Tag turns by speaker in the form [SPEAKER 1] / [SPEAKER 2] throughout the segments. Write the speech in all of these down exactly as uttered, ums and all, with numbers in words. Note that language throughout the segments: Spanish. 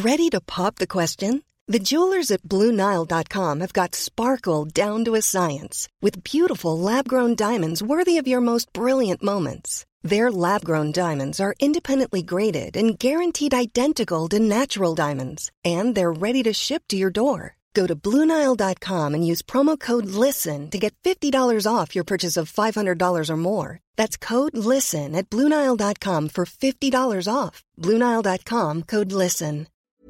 [SPEAKER 1] Ready to pop the question? The jewelers at Blue Nile dot com have got sparkle down to a science with beautiful lab-grown diamonds worthy of your most brilliant moments. Their lab-grown diamonds are independently graded and guaranteed identical to natural diamonds, and they're ready to ship to your door. Go to Blue Nile dot com and use promo code LISTEN to get fifty dollars off your purchase of five hundred dollars or more. That's code LISTEN at Blue Nile dot com for fifty dollars off. Blue Nile dot com, code LISTEN.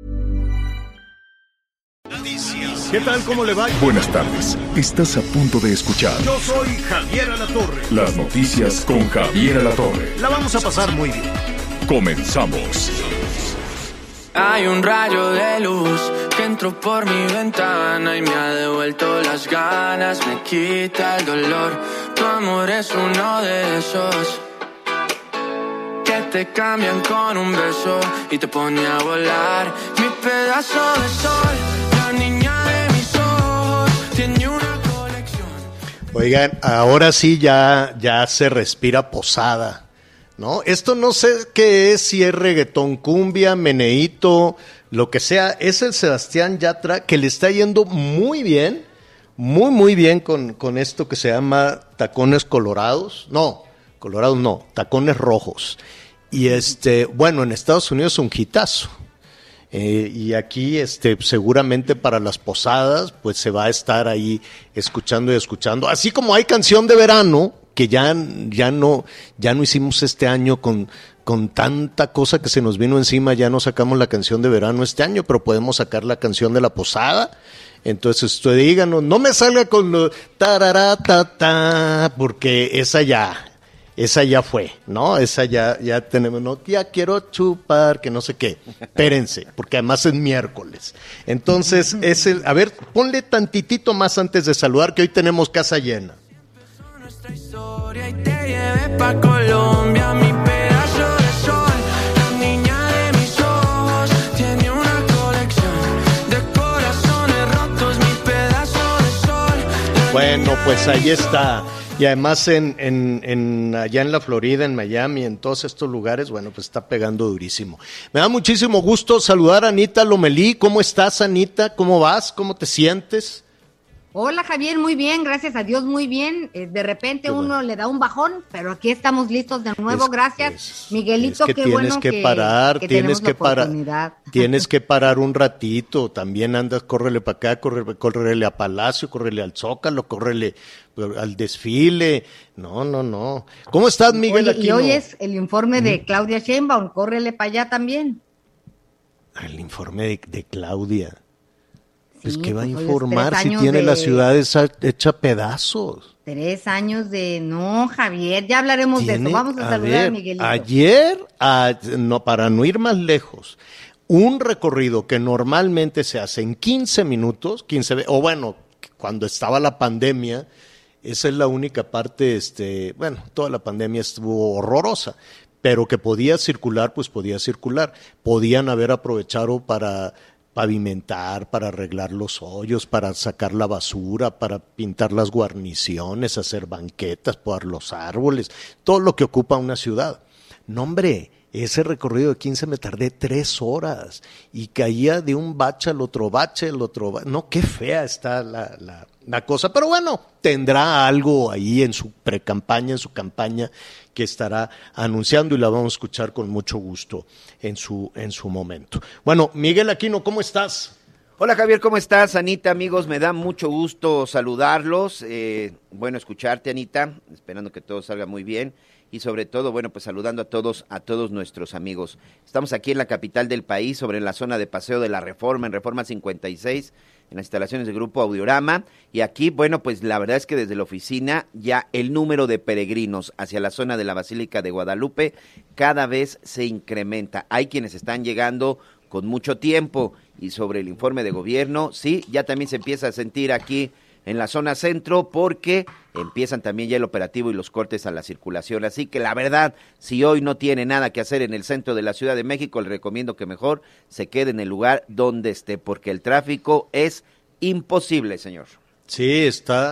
[SPEAKER 2] ¿Qué tal? ¿Cómo le va?
[SPEAKER 3] Buenas tardes. Estás a punto de escuchar.
[SPEAKER 2] Yo soy Javier Alatorre.
[SPEAKER 3] Las noticias con Javier Alatorre.
[SPEAKER 2] La vamos a pasar muy bien.
[SPEAKER 3] Comenzamos.
[SPEAKER 4] Hay un rayo de luz que entró por mi ventana y me ha devuelto las ganas, me quita el dolor. Tu amor es uno de esos que te cambian con un beso y te pone a volar. Mi pedazo de sol, la niña de mis ojos, tiene una colección.
[SPEAKER 2] Oigan, ahora sí ya, ya se respira posada, ¿no? Esto no sé qué es, si es reggaetón, cumbia, meneíto, lo que sea. Es el Sebastián Yatra, que le está yendo muy bien, muy, muy bien con, con esto que se llama tacones colorados. No, colorados no, tacones rojos. Y este, bueno, en Estados Unidos es un hitazo. Eh, y aquí este, seguramente para las posadas, pues se va a estar ahí escuchando y escuchando. Así como hay canción de verano, que ya, ya, no, ya no hicimos este año con, con tanta cosa que se nos vino encima, ya no sacamos la canción de verano este año, pero podemos sacar la canción de la posada. Entonces usted díganos, no me salga con lo tarará, ta, ta, porque esa ya, esa ya fue, ¿no? Esa ya, ya tenemos, no, ya quiero chupar, que no sé qué. Espérense, porque además es miércoles. Entonces, es el, a ver, ponle tantitito más antes de saludar, que hoy tenemos casa llena.
[SPEAKER 4] Y te llevé pa' Colombia, mi pedazo de sol, la niña de mis ojos, tiene una colección de corazones rotos, mi pedazo de sol.
[SPEAKER 2] Bueno, pues ahí está. Y además en, en, en allá en la Florida, en Miami, en todos estos lugares, bueno, pues está pegando durísimo. Me da muchísimo gusto saludar a Anita Lomelí. ¿Cómo estás, Anita? ¿Cómo vas? ¿Cómo te sientes?
[SPEAKER 5] Hola Javier, muy bien, gracias a Dios, muy bien. Eh, de repente
[SPEAKER 2] qué
[SPEAKER 5] uno
[SPEAKER 2] bueno.
[SPEAKER 5] le da un bajón, pero aquí estamos listos de nuevo,
[SPEAKER 2] Es,
[SPEAKER 5] gracias.
[SPEAKER 2] es,
[SPEAKER 5] Miguelito,
[SPEAKER 2] es que
[SPEAKER 5] qué
[SPEAKER 2] tienes
[SPEAKER 5] bueno
[SPEAKER 2] que,
[SPEAKER 5] que
[SPEAKER 2] parar,
[SPEAKER 5] que
[SPEAKER 2] tienes que parar,
[SPEAKER 5] oportunidad.
[SPEAKER 2] tienes que parar un ratito. También andas, córrele para acá, córrele, córrele a Palacio, córrele al Zócalo, córrele al desfile. No, no, no. ¿Cómo estás, Miguel?
[SPEAKER 5] Oye, y
[SPEAKER 2] Aquino?
[SPEAKER 5] hoy es el informe
[SPEAKER 2] ¿Mm?
[SPEAKER 5] de Claudia Sheinbaum, córrele para allá también.
[SPEAKER 2] El informe de, de Claudia. Pues
[SPEAKER 5] Sí,
[SPEAKER 2] ¿qué va a
[SPEAKER 5] pues hoy es
[SPEAKER 2] informar
[SPEAKER 5] tres
[SPEAKER 2] si
[SPEAKER 5] años
[SPEAKER 2] tiene
[SPEAKER 5] de-
[SPEAKER 2] la ciudad esa hecha pedazos?
[SPEAKER 5] Tres años de... No, Javier, ya hablaremos de eso.
[SPEAKER 2] Tiene-
[SPEAKER 5] Vamos a,
[SPEAKER 2] a
[SPEAKER 5] saludar
[SPEAKER 2] ver,
[SPEAKER 5] a Miguelito.
[SPEAKER 2] Ayer, a- no, para no ir más lejos, un recorrido que normalmente se hace en quince minutos, quince, ve- o bueno, cuando estaba la pandemia, esa es la única parte, este, bueno, toda la pandemia estuvo horrorosa, pero que podía circular, pues podía circular. Podían haber aprovechado para pavimentar, para arreglar los hoyos, para sacar la basura, para pintar las guarniciones, hacer banquetas, podar los árboles, todo lo que ocupa una ciudad. No, hombre, ese recorrido de quince me tardé tres horas y caía de un bache al otro bache, el otro bache. No, qué fea está la, la, la cosa, pero bueno, tendrá algo ahí en su precampaña, en su campaña, que estará anunciando y la vamos a escuchar con mucho gusto en su, en su momento. Bueno, Miguel Aquino, ¿cómo estás?
[SPEAKER 6] Hola Javier, ¿cómo estás? Anita, amigos, me da mucho gusto saludarlos, eh, bueno, escucharte, Anita, esperando que todo salga muy bien y sobre todo, bueno, pues saludando a todos, a todos nuestros amigos. Estamos aquí en la capital del país, sobre la zona de Paseo de la Reforma, en Reforma cincuenta y seis, en las instalaciones del Grupo Audiorama, y aquí, bueno, pues la verdad es que desde la oficina ya el número de peregrinos hacia la zona de la Basílica de Guadalupe cada vez se incrementa. Hay quienes están llegando con mucho tiempo, y sobre el informe de gobierno, sí, ya también se empieza a sentir aquí en la zona centro, porque empiezan también ya el operativo y los cortes a la circulación. Así que la verdad, si hoy no tiene nada que hacer en el centro de la Ciudad de México, le recomiendo que mejor se quede en el lugar donde esté, porque el tráfico es imposible, señor.
[SPEAKER 2] Sí, está,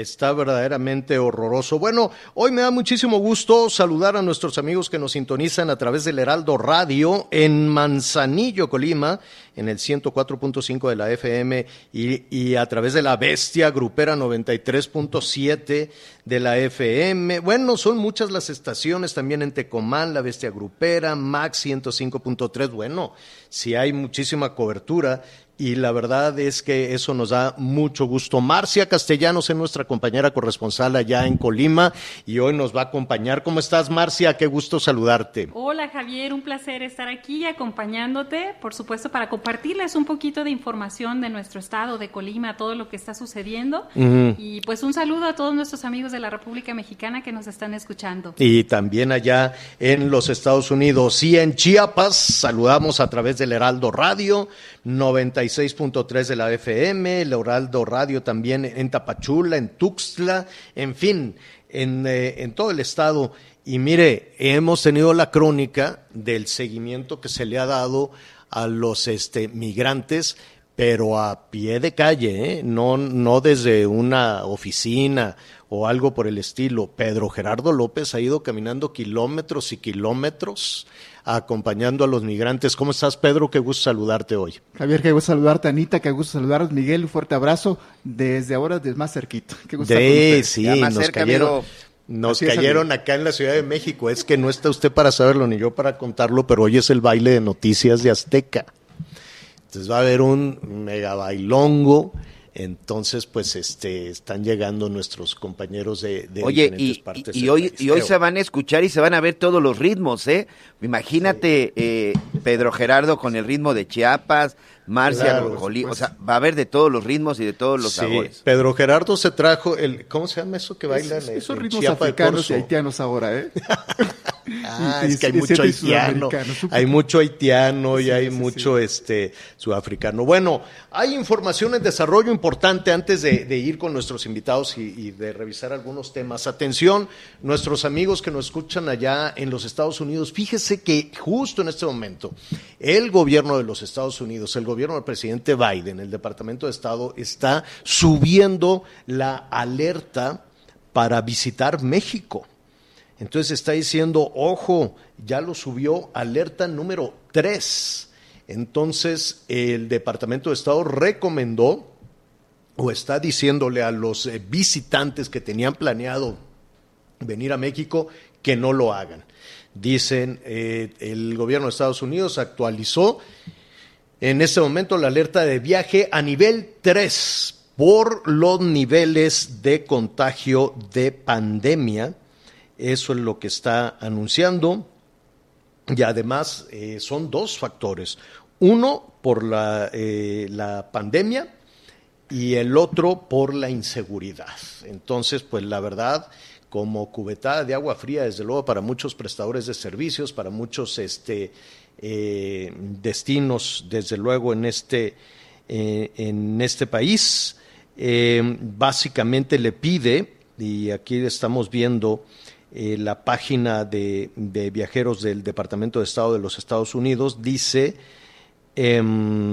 [SPEAKER 2] Está verdaderamente horroroso. Bueno, hoy me da muchísimo gusto saludar a nuestros amigos que nos sintonizan a través del Heraldo Radio en Manzanillo, Colima, en el ciento cuatro punto cinco de la F M y, y a través de la Bestia Grupera noventa y tres punto siete de la F M. Bueno, son muchas las estaciones también en Tecomán, la Bestia Grupera, Max ciento cinco punto tres. Bueno, sí hay muchísima cobertura. Y la verdad es que eso nos da mucho gusto. Marcia Castellanos es nuestra compañera corresponsal allá en Colima y hoy nos va a acompañar. ¿Cómo estás, Marcia? Qué gusto saludarte.
[SPEAKER 7] Hola, Javier, un placer estar aquí acompañándote, por supuesto, para compartirles un poquito de información de nuestro estado, de Colima, todo lo que está sucediendo. Uh-huh. Y pues un saludo a todos nuestros amigos de la República Mexicana que nos están escuchando. Y también allá en los Estados Unidos y en Chiapas, saludamos a través del Heraldo Radio, noventa y seis punto tres de la F M, el Heraldo Radio también en Tapachula, en Tuxtla, en fin, en, eh, en todo el estado. Y mire, hemos tenido la crónica del seguimiento que se le ha dado a los este, migrantes, pero a pie de calle, ¿eh? no, no desde una oficina o algo por el estilo. Pedro Gerardo López ha ido caminando kilómetros y kilómetros acompañando a los migrantes. ¿Cómo estás, Pedro? Qué gusto saludarte hoy.
[SPEAKER 8] Javier, qué gusto saludarte. Anita, qué gusto saludaros. Miguel, un fuerte abrazo desde ahora, desde más cerquito. Qué gusto
[SPEAKER 2] de, sí, nos cerca, cayeron, amigo. nos cayeron acá en la Ciudad de México. Es que no está usted para saberlo ni yo para contarlo, pero hoy es el baile de noticias de Azteca. Entonces va a haber un mega bailongo. Entonces, pues, este, están llegando nuestros compañeros de, de
[SPEAKER 6] Oye,
[SPEAKER 2] diferentes
[SPEAKER 6] y,
[SPEAKER 2] partes
[SPEAKER 6] y, y
[SPEAKER 2] del
[SPEAKER 6] hoy,
[SPEAKER 2] país.
[SPEAKER 6] y hoy se van a escuchar y se van a ver todos los ritmos, ¿eh? Imagínate, sí. eh, Pedro Gerardo con el ritmo de Chiapas, Marcia
[SPEAKER 2] Claro,
[SPEAKER 6] con Colí, o sea, va a haber de todos los ritmos y de todos los
[SPEAKER 2] sí,
[SPEAKER 6] sabores.
[SPEAKER 2] Pedro Gerardo se trajo el, ¿cómo se llama eso que bailan?
[SPEAKER 8] Es,
[SPEAKER 2] en,
[SPEAKER 8] esos
[SPEAKER 2] en
[SPEAKER 8] ritmos
[SPEAKER 2] Chiapa
[SPEAKER 8] africanos y haitianos ahora, ¿eh?
[SPEAKER 2] Ah,
[SPEAKER 8] y,
[SPEAKER 2] es que hay
[SPEAKER 8] y,
[SPEAKER 2] mucho
[SPEAKER 8] y
[SPEAKER 2] haitiano, hay mucho haitiano y
[SPEAKER 8] sí,
[SPEAKER 2] hay
[SPEAKER 8] sí,
[SPEAKER 2] mucho
[SPEAKER 8] sí.
[SPEAKER 2] este sudafricano. Bueno, hay información en desarrollo importante antes de, de ir con nuestros invitados y, y de revisar algunos temas. Atención, nuestros amigos que nos escuchan allá en los Estados Unidos, fíjese que justo en este momento el gobierno de los Estados Unidos, el gobierno del presidente Biden, el Departamento de Estado, está subiendo la alerta para visitar México. Entonces está diciendo, ojo, ya lo subió, alerta número tres. Entonces el Departamento de Estado recomendó o está diciéndole a los eh, visitantes que tenían planeado venir a México que no lo hagan. Dicen, eh, el gobierno de Estados Unidos actualizó en este momento la alerta de viaje a nivel tres por los niveles de contagio de pandemia. Eso es lo que está anunciando y además eh, son dos factores. Uno por la, eh, la pandemia y el otro por la inseguridad. Entonces, pues la verdad, como cubetada de agua fría, desde luego para muchos prestadores de servicios, para muchos este, eh, destinos, desde luego en este, eh, en este país, eh, básicamente le pide, y aquí estamos viendo Eh, la página de, de viajeros del Departamento de Estado de los Estados Unidos, dice eh,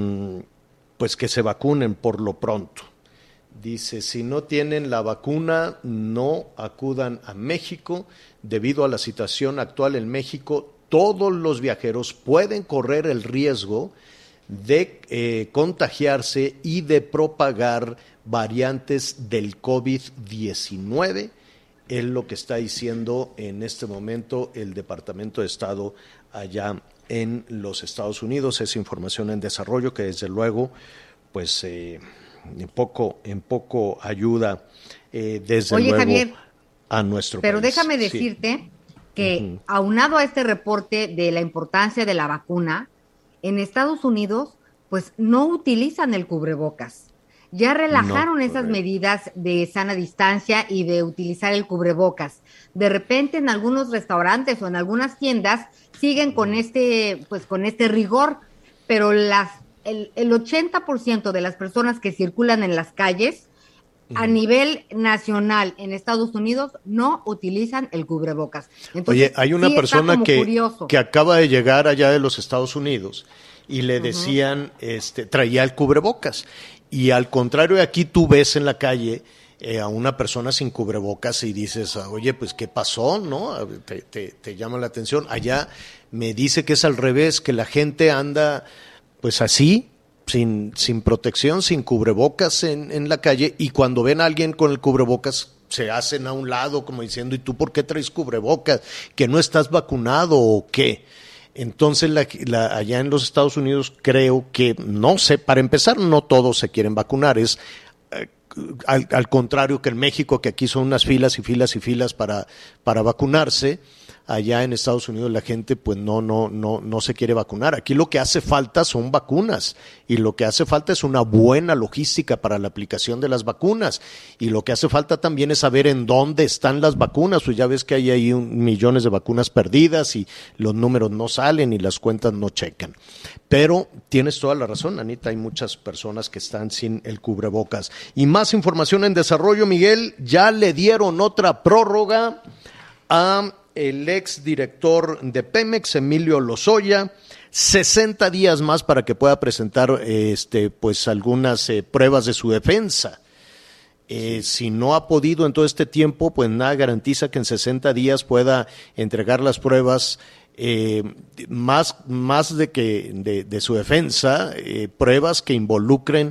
[SPEAKER 2] pues que se vacunen por lo pronto. Dice, si no tienen la vacuna, no acudan a México. Debido a la situación actual en México, todos los viajeros pueden correr el riesgo de eh, contagiarse y de propagar variantes del COVID diecinueve. Es lo que está diciendo en este momento el Departamento de Estado allá en los Estados Unidos. Es información en desarrollo que desde luego pues eh, en poco en poco ayuda eh, desde
[SPEAKER 5] Oye,
[SPEAKER 2] luego
[SPEAKER 5] Javier,
[SPEAKER 2] a nuestro
[SPEAKER 5] pero
[SPEAKER 2] país.
[SPEAKER 5] déjame decirte sí. que
[SPEAKER 2] uh-huh.
[SPEAKER 5] aunado a este reporte de la importancia de la vacuna, en Estados Unidos pues no utilizan el cubrebocas. Ya relajaron no, esas medidas de sana distancia y de utilizar el cubrebocas. De repente en algunos restaurantes o en algunas tiendas siguen con este, pues con este rigor, pero las, el, el ochenta por ciento de las personas que circulan en las calles a nivel nacional en Estados Unidos no utilizan el cubrebocas. Entonces,
[SPEAKER 2] oye, hay una
[SPEAKER 5] sí
[SPEAKER 2] persona que, que acaba de llegar allá de los Estados Unidos y le decían, uh-huh. este, traía el cubrebocas. Y al contrario de aquí, tú ves en la calle eh, a una persona sin cubrebocas y dices, oye, pues ¿qué pasó? ¿No? Te, te, te llama la atención. Allá me dice que es al revés, que la gente anda pues así, sin, sin protección, sin cubrebocas en, en la calle, y cuando ven a alguien con el cubrebocas se hacen a un lado como diciendo, ¿y tú por qué traes cubrebocas? ¿Que no estás vacunado o qué? Entonces, la, la, allá en los Estados Unidos creo que, no sé, para empezar, no todos se quieren vacunar, es eh, al, al contrario que en México, que aquí son unas filas y filas y filas para, para vacunarse. Allá en Estados Unidos la gente pues no, no, no, no se quiere vacunar. Aquí lo que hace falta son vacunas y lo que hace falta es una buena logística para la aplicación de las vacunas y lo que hace falta también es saber en dónde están las vacunas. Pues ya ves que hay ahí un, millones de vacunas perdidas y los números no salen y las cuentas no checan. Pero tienes toda la razón, Anita, hay muchas personas que están sin el cubrebocas. Y más información en desarrollo, Miguel, ya le dieron otra prórroga a el ex director de Pemex, Emilio Lozoya, sesenta días más para que pueda presentar este, pues algunas eh, pruebas de su defensa. Eh, sí. Si no ha podido en todo este tiempo, pues nada garantiza que en sesenta días pueda entregar las pruebas eh, más, más de, que, de, de su defensa, eh, pruebas que involucren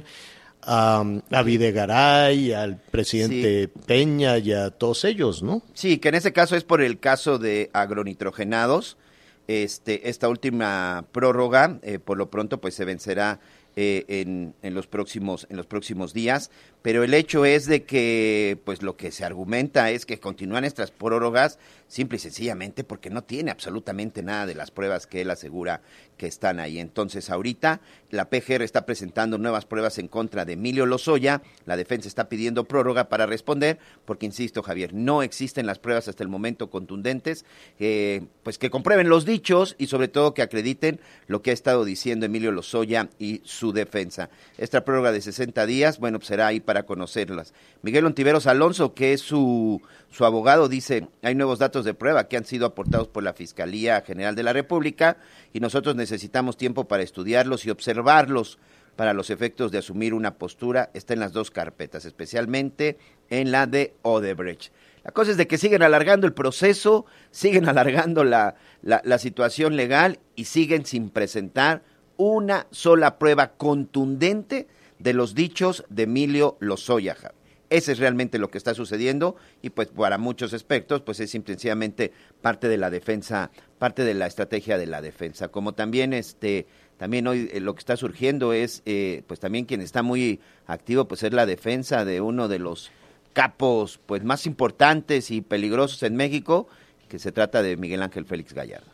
[SPEAKER 2] A, a Videgaray, al presidente sí. Peña y a todos ellos, ¿no?
[SPEAKER 6] Sí, que en ese caso es por el caso de agronitrogenados. Este, esta última prórroga, eh, por lo pronto, pues se vencerá eh, en, en los próximos, en los próximos días. Pero el hecho es de que, pues lo que se argumenta es que continúan estas prórrogas simple y sencillamente porque no tiene absolutamente nada de las pruebas que él asegura que están ahí. Entonces, ahorita la P G R está presentando nuevas pruebas en contra de Emilio Lozoya, la defensa está pidiendo prórroga para responder, porque insisto, Javier, no existen las pruebas hasta el momento contundentes, eh, pues que comprueben los dichos y sobre todo que acrediten lo que ha estado diciendo Emilio Lozoya y su defensa. Esta prórroga de sesenta días, bueno, pues será ahí para conocerlas. Miguel Ontiveros Alonso, que es su, su abogado, dice, hay nuevos datos de prueba que han sido aportados por la Fiscalía General de la República y nosotros necesitamos tiempo para estudiarlos y observarlos para los efectos de asumir una postura. Está en las dos carpetas, especialmente en la de Odebrecht. La cosa es de que siguen alargando el proceso, siguen alargando la, la, la situación legal y siguen sin presentar una sola prueba contundente de los dichos de Emilio Lozoya. Ese es realmente lo que está sucediendo y pues para muchos aspectos pues es simplemente parte de la defensa, parte de la estrategia de la defensa. Como también este también hoy eh, lo que está surgiendo es eh, pues también quien está muy activo pues es la defensa de uno de los capos pues más importantes y peligrosos en México, que se trata de Miguel Ángel Félix Gallardo.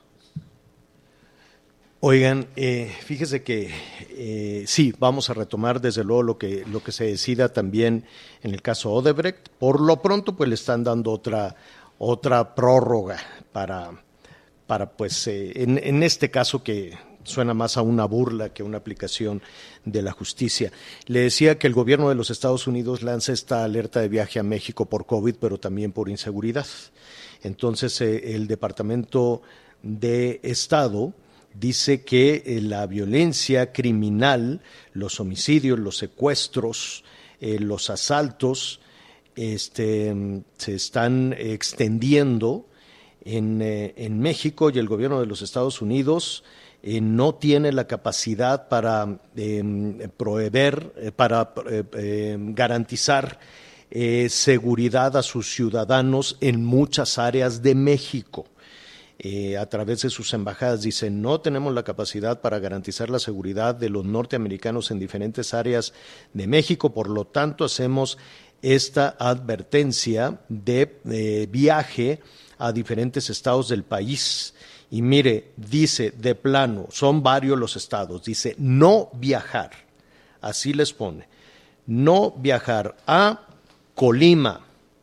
[SPEAKER 2] Oigan, eh, fíjese que eh, sí, vamos a retomar desde luego lo que lo que se decida también en el caso Odebrecht. Por lo pronto, pues le están dando otra otra prórroga para para pues eh, en, en este caso que suena más a una burla que a una aplicación de la justicia. Le decía que el gobierno de los Estados Unidos lanza esta alerta de viaje a México por COVID, pero también por inseguridad. Entonces, eh, el Departamento de Estado dice que eh, la violencia criminal, los homicidios, los secuestros, eh, los asaltos, este, se están extendiendo en, eh, en México y el gobierno de los Estados Unidos eh, no tiene la capacidad para eh, proveer, eh, para eh, eh, garantizar eh, seguridad a sus ciudadanos en muchas áreas de México. Eh, a través de sus embajadas, dicen, no tenemos la capacidad para garantizar la seguridad de los norteamericanos en diferentes áreas de México, por lo tanto hacemos esta advertencia de eh, viaje a diferentes estados del país. Y mire, dice de plano, son varios los estados, dice no viajar, así les pone, no viajar a Colima,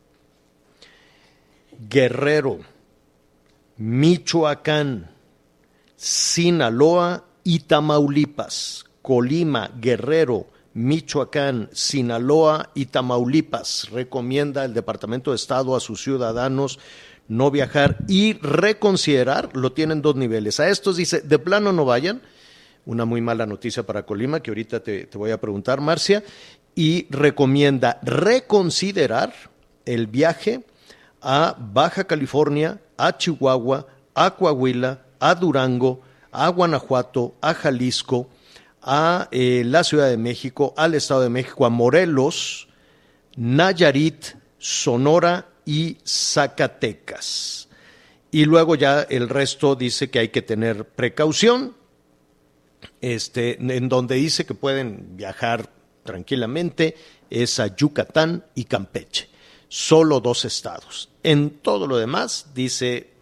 [SPEAKER 2] Guerrero, Michoacán, Sinaloa y Tamaulipas. Colima, Guerrero, Michoacán, Sinaloa y Tamaulipas. Recomienda el Departamento de Estado a sus ciudadanos no viajar y reconsiderar, lo tienen dos niveles. A estos dice, de plano no vayan, una muy mala noticia para Colima, que ahorita te, te voy a preguntar, Marcia, y recomienda reconsiderar el viaje a Baja California, a Chihuahua, a Coahuila, a Durango, a Guanajuato, a Jalisco, a eh, la Ciudad de México, al Estado de México, a Morelos, Nayarit, Sonora y Zacatecas. Y luego ya el resto dice que hay que tener precaución, este, en donde dice que pueden viajar tranquilamente es a Yucatán y Campeche, solo dos estados. En todo lo demás dice,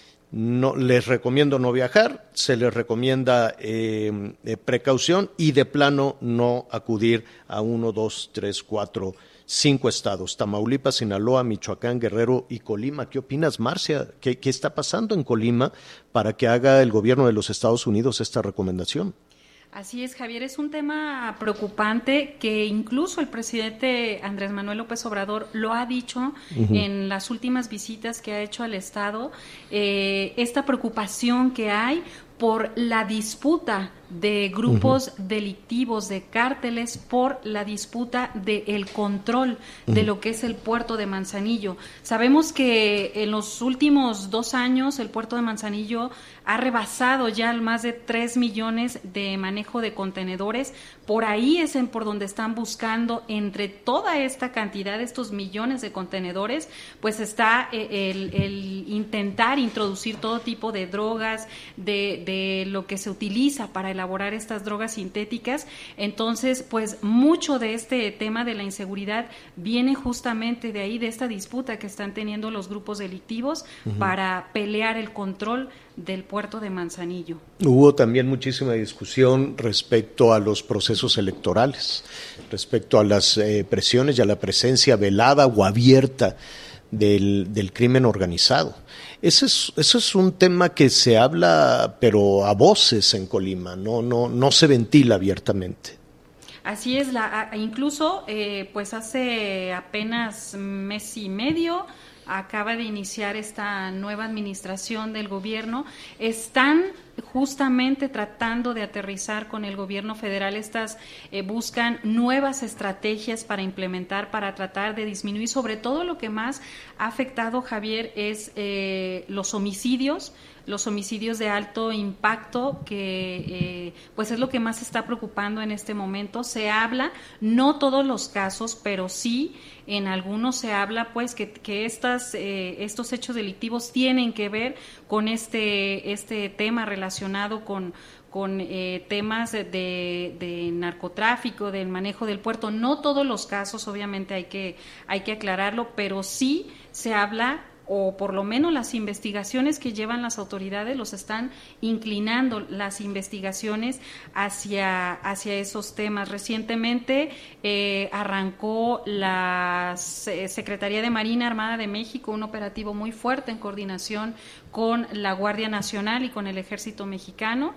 [SPEAKER 2] no, les recomiendo no viajar, se les recomienda eh, eh, precaución y de plano no acudir a uno, dos, tres, cuatro, cinco estados, Tamaulipas, Sinaloa, Michoacán, Guerrero y Colima. ¿Qué opinas, Marcia? ¿Qué, qué está pasando en Colima para que haga el gobierno de los Estados Unidos esta recomendación?
[SPEAKER 7] Así es, Javier, es un tema preocupante que incluso el presidente Andrés Manuel López Obrador lo ha dicho uh-huh. en las últimas visitas que ha hecho al Estado, eh, esta preocupación que hay por la disputa de grupos uh-huh. delictivos, de cárteles, por la disputa del control uh-huh. de lo que es el puerto de Manzanillo. Sabemos que en los últimos dos años el puerto de Manzanillo ha rebasado ya más de tres millones de manejo de contenedores. Por ahí es en por donde están buscando, entre toda esta cantidad, estos millones de contenedores, pues está el, el intentar introducir todo tipo de drogas, de, de lo que se utiliza para elaborar estas drogas sintéticas. Entonces, pues mucho de este tema de la inseguridad viene justamente de ahí, de esta disputa que están teniendo los grupos delictivos uh-huh. para pelear el control del puerto de Manzanillo.
[SPEAKER 2] Hubo también muchísima discusión respecto a los procesos electorales, respecto a las eh, presiones y a la presencia velada o abierta del, del crimen organizado. Ese es, eso es un tema que se habla, pero a voces en Colima, no, no, no se ventila abiertamente.
[SPEAKER 7] Así es, la, incluso eh, pues hace apenas mes y medio acaba de iniciar esta nueva administración del gobierno. Están justamente tratando de aterrizar con el gobierno federal estas, eh, buscan nuevas estrategias para implementar, para tratar de disminuir. Sobre todo lo que más ha afectado, Javier, es eh, los homicidios, los homicidios de alto impacto, que eh, pues es lo que más está preocupando en este momento. Se habla, no todos los casos, pero sí en algunos se habla pues que, que estas, eh, estos hechos delictivos tienen que ver con este, este tema relacionado con con eh, temas de, de narcotráfico, del manejo del puerto. No todos los casos, obviamente hay que, hay que aclararlo, pero sí se habla, o por lo menos las investigaciones que llevan las autoridades los están inclinando las investigaciones hacia, hacia esos temas. Recientemente eh, arrancó la Secretaría de Marina Armada de México un operativo muy fuerte en coordinación con la Guardia Nacional y con el Ejército Mexicano.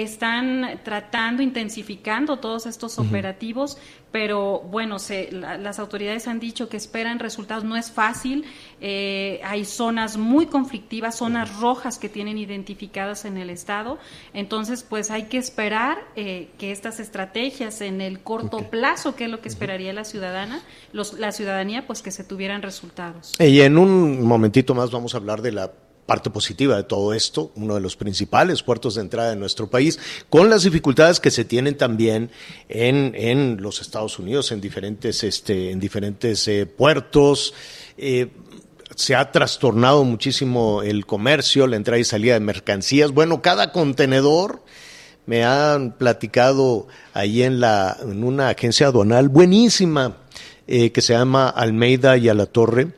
[SPEAKER 7] Están tratando, intensificando todos estos uh-huh. operativos, pero bueno, se, la, las autoridades han dicho que esperan resultados. No es fácil, eh, hay zonas muy conflictivas, zonas rojas que tienen identificadas en el estado. Entonces, pues hay que esperar eh, que estas estrategias en el corto okay. plazo, que es lo que esperaría la ciudadana, los, la ciudadanía, pues que se tuvieran resultados.
[SPEAKER 2] Y en un momentito más vamos a hablar de la parte positiva de todo esto, uno de los principales puertos de entrada de nuestro país, con las dificultades que se tienen también en, en los Estados Unidos, en diferentes, este, en diferentes eh, puertos. Eh, se ha trastornado muchísimo el comercio, la entrada y salida de mercancías. Bueno, cada contenedor, me han platicado ahí en, la, en una agencia aduanal buenísima, eh, que se llama Almeida y Alatorre.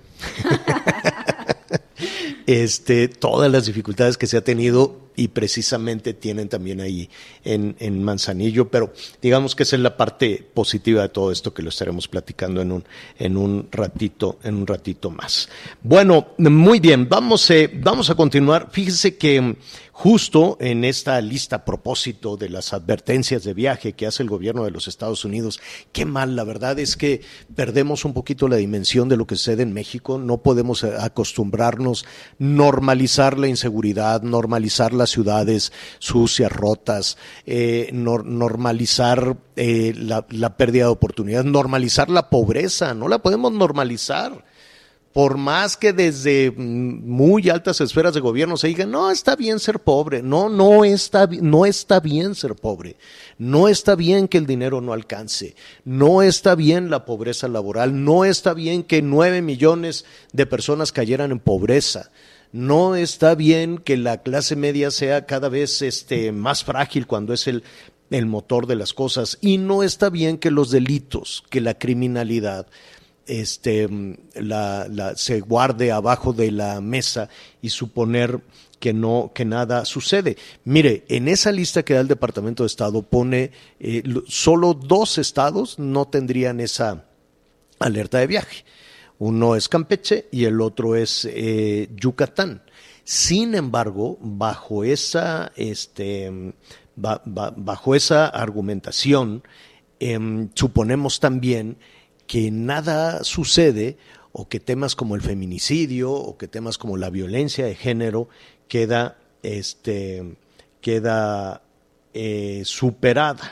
[SPEAKER 2] Este, todas las dificultades que se ha tenido y precisamente tienen también ahí en, en Manzanillo, pero digamos que esa es la parte positiva de todo esto que lo estaremos platicando en un, en un ratito, en un ratito más. Bueno, muy bien, vamos, eh, vamos a continuar. Fíjese que justo en esta lista a propósito de las advertencias de viaje que hace el gobierno de los Estados Unidos. Qué mal, la verdad es que perdemos un poquito la dimensión de lo que sucede en México. No podemos acostumbrarnos, normalizar la inseguridad, normalizar las ciudades sucias, rotas, eh, no, normalizar eh, la, la pérdida de oportunidades, normalizar la pobreza. No la podemos normalizar. Por más que desde muy altas esferas de gobierno se digan, no, está bien ser pobre, no, no está, no está bien ser pobre, no está bien que el dinero no alcance, no está bien la pobreza laboral, no está bien que nueve millones de personas cayeran en pobreza, no está bien que la clase media sea cada vez este, más frágil cuando es el, el motor de las cosas, y no está bien que los delitos, que la criminalidad, Este, la, la, se guarde abajo de la mesa y suponer que no, que nada sucede. Mire, en esa lista que da el Departamento de Estado pone eh, solo dos estados no tendrían esa alerta de viaje. Uno es Campeche y el otro es eh, Yucatán. Sin embargo, bajo esa, este, ba, ba, bajo esa argumentación, eh, suponemos también que nada sucede o que temas como el feminicidio o que temas como la violencia de género queda, este, queda eh, superada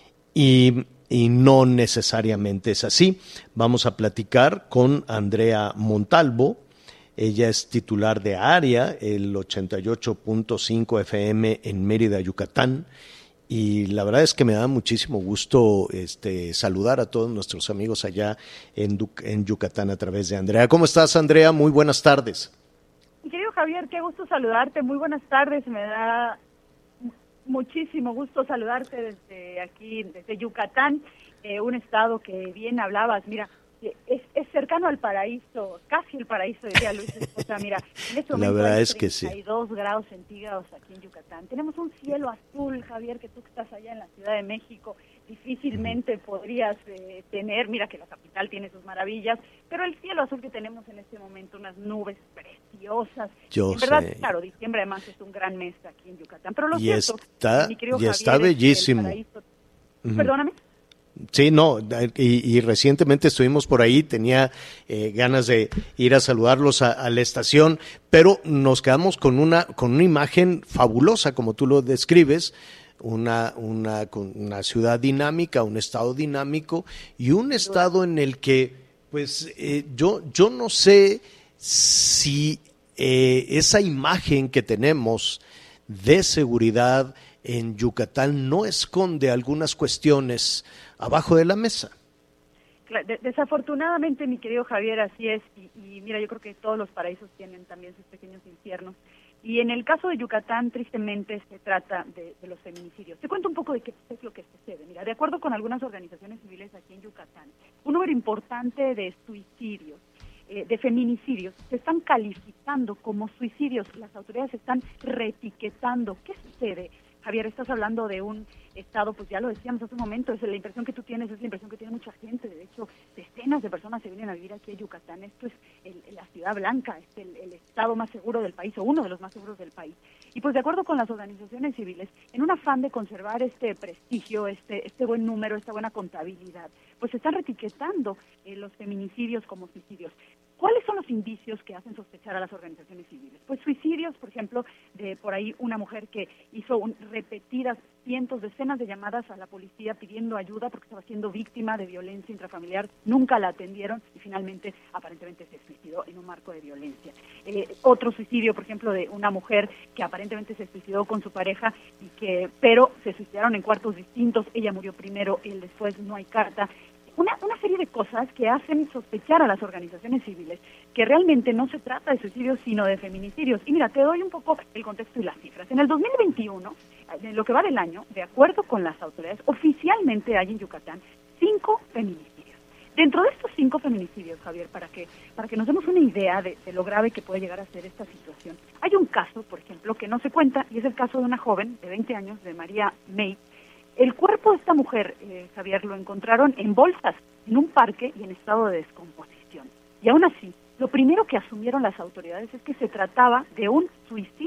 [SPEAKER 2] y, y no necesariamente es así. Vamos a platicar con Andrea Montalvo. Ella es titular de AREA, el ochenta y ocho punto cinco F M en Mérida, Yucatán. Y la verdad es que me da muchísimo gusto este, saludar a todos nuestros amigos allá en, en Yucatán a través de Andrea. ¿Cómo estás, Andrea? Muy buenas tardes.
[SPEAKER 9] Mi querido Javier, qué gusto saludarte. Muy buenas tardes. Me da muchísimo gusto saludarte desde aquí, desde Yucatán, eh, un estado que bien hablabas. Mira, es, es cercano al paraíso, casi el paraíso, diría Luis Esposa. Mira, en este momento
[SPEAKER 2] la verdad
[SPEAKER 9] hay
[SPEAKER 2] es que sí.
[SPEAKER 9] treinta y dos grados centígrados aquí en Yucatán. Tenemos un cielo azul, Javier, que tú que estás allá en la Ciudad de México difícilmente uh-huh. podrías eh, tener. Mira que la capital tiene sus maravillas, pero el cielo azul que tenemos en este momento, unas nubes preciosas.
[SPEAKER 2] Yo
[SPEAKER 9] en verdad,
[SPEAKER 2] sé.
[SPEAKER 9] Claro, diciembre además es un gran mes aquí en Yucatán. Pero lo
[SPEAKER 2] y
[SPEAKER 9] cierto,
[SPEAKER 2] está,
[SPEAKER 9] mi querido
[SPEAKER 2] y
[SPEAKER 9] Javier,
[SPEAKER 2] está bellísimo.
[SPEAKER 9] Paraíso... Uh-huh. Perdóname.
[SPEAKER 2] Sí, no, y, y recientemente estuvimos por ahí, tenía eh, ganas de ir a saludarlos a, a la estación, pero nos quedamos con una con una imagen fabulosa, como tú lo describes, una una con una ciudad dinámica, un estado dinámico y un estado en el que, pues, eh, yo yo no sé si eh, esa imagen que tenemos de seguridad en Yucatán no esconde algunas cuestiones abajo de la mesa.
[SPEAKER 9] Desafortunadamente, mi querido Javier, así es, y, y mira, yo creo que todos los paraísos tienen también sus pequeños infiernos, y en el caso de Yucatán, tristemente, se trata de, de los feminicidios. Te cuento un poco de qué es lo que sucede. Mira, de acuerdo con algunas organizaciones civiles aquí en Yucatán, un número importante de suicidios, eh, de feminicidios, se están calificando como suicidios. Las autoridades están reetiquetando. ¿Qué sucede? Javier, estás hablando de un estado, pues ya lo decíamos hace un momento, es la impresión que tú tienes, es la impresión que tiene mucha gente. De hecho, decenas de personas se vienen a vivir aquí a Yucatán. Esto es el, la ciudad blanca, es el, el estado más seguro del país, o uno de los más seguros del país. Y pues de acuerdo con las organizaciones civiles, en un afán de conservar este prestigio, este, este buen número, esta buena contabilidad, pues se están reetiquetando eh, los feminicidios como suicidios. ¿Cuáles son los indicios que hacen sospechar a las organizaciones civiles? Pues suicidios, por ejemplo, de por ahí una mujer que hizo un, repetidas cientos, decenas de llamadas a la policía pidiendo ayuda porque estaba siendo víctima de violencia intrafamiliar, nunca la atendieron y finalmente aparentemente se suicidó en un marco de violencia. Eh, otro suicidio, por ejemplo, de una mujer que aparentemente se suicidó con su pareja, y que pero se suicidaron en cuartos distintos, ella murió primero, él después, no hay carta. Una, una serie de cosas que hacen sospechar a las organizaciones civiles que realmente no se trata de suicidios, sino de feminicidios. Y mira, te doy un poco el contexto y las cifras. En el dos mil veintiuno, en lo que va del año, de acuerdo con las autoridades, oficialmente hay en Yucatán cinco feminicidios. Dentro de estos cinco feminicidios, Javier, para que para que nos demos una idea de, de lo grave que puede llegar a ser esta situación, hay un caso, por ejemplo, que no se cuenta, y es el caso de una joven de veinte años, de María May. El cuerpo de esta mujer, eh, Javier, lo encontraron en bolsas, en un parque y en estado de descomposición. Y aún así, lo primero que asumieron las autoridades es que se trataba de un suicidio.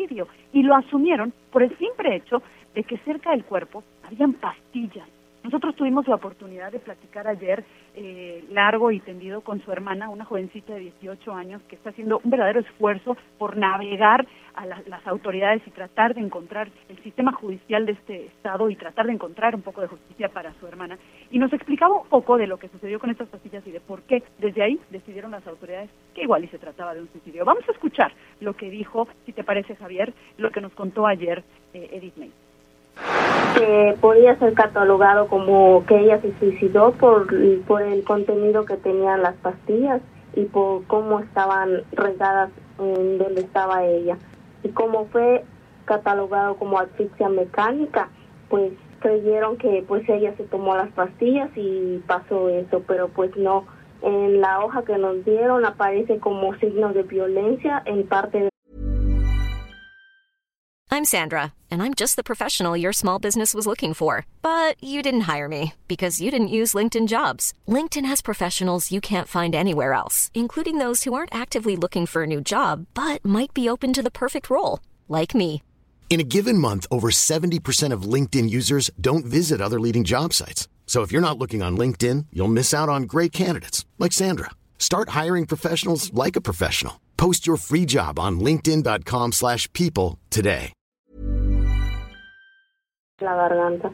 [SPEAKER 9] y lo asumieron por el simple hecho de que cerca del cuerpo habían pastillas. Nosotros tuvimos la oportunidad de platicar ayer eh, largo y tendido con su hermana, una jovencita de dieciocho años que está haciendo un verdadero esfuerzo por navegar a la, las autoridades y tratar de encontrar el sistema judicial de este estado y tratar de encontrar un poco de justicia para su hermana. Y nos explicaba un poco de lo que sucedió con estas pastillas y de por qué desde ahí decidieron las autoridades que igual y se trataba de un suicidio. Vamos a escuchar lo que dijo, si te parece, Javier, lo que nos contó ayer eh, Edith May.
[SPEAKER 10] Que podía ser catalogado como que ella se suicidó por, por el contenido que tenían las pastillas y por cómo estaban regadas en donde estaba ella. Y como fue catalogado como asfixia mecánica, pues creyeron que pues ella se tomó las pastillas y pasó eso, pero pues no. En la hoja que nos dieron aparece como signos de violencia en parte de...
[SPEAKER 11] I'm Sandra, and I'm just the professional your small business was looking for. But you didn't hire me because you didn't use LinkedIn Jobs. LinkedIn has professionals you can't find anywhere else, including those who aren't actively looking for a new job, but might be open to the perfect role, like me.
[SPEAKER 12] In a given month, over seventy percent of LinkedIn users don't visit other leading job sites. So if you're not looking on LinkedIn, you'll miss out on great candidates, like Sandra. Start hiring professionals like a professional. Post your free job on linkedin.com slash people today.
[SPEAKER 10] La garganta.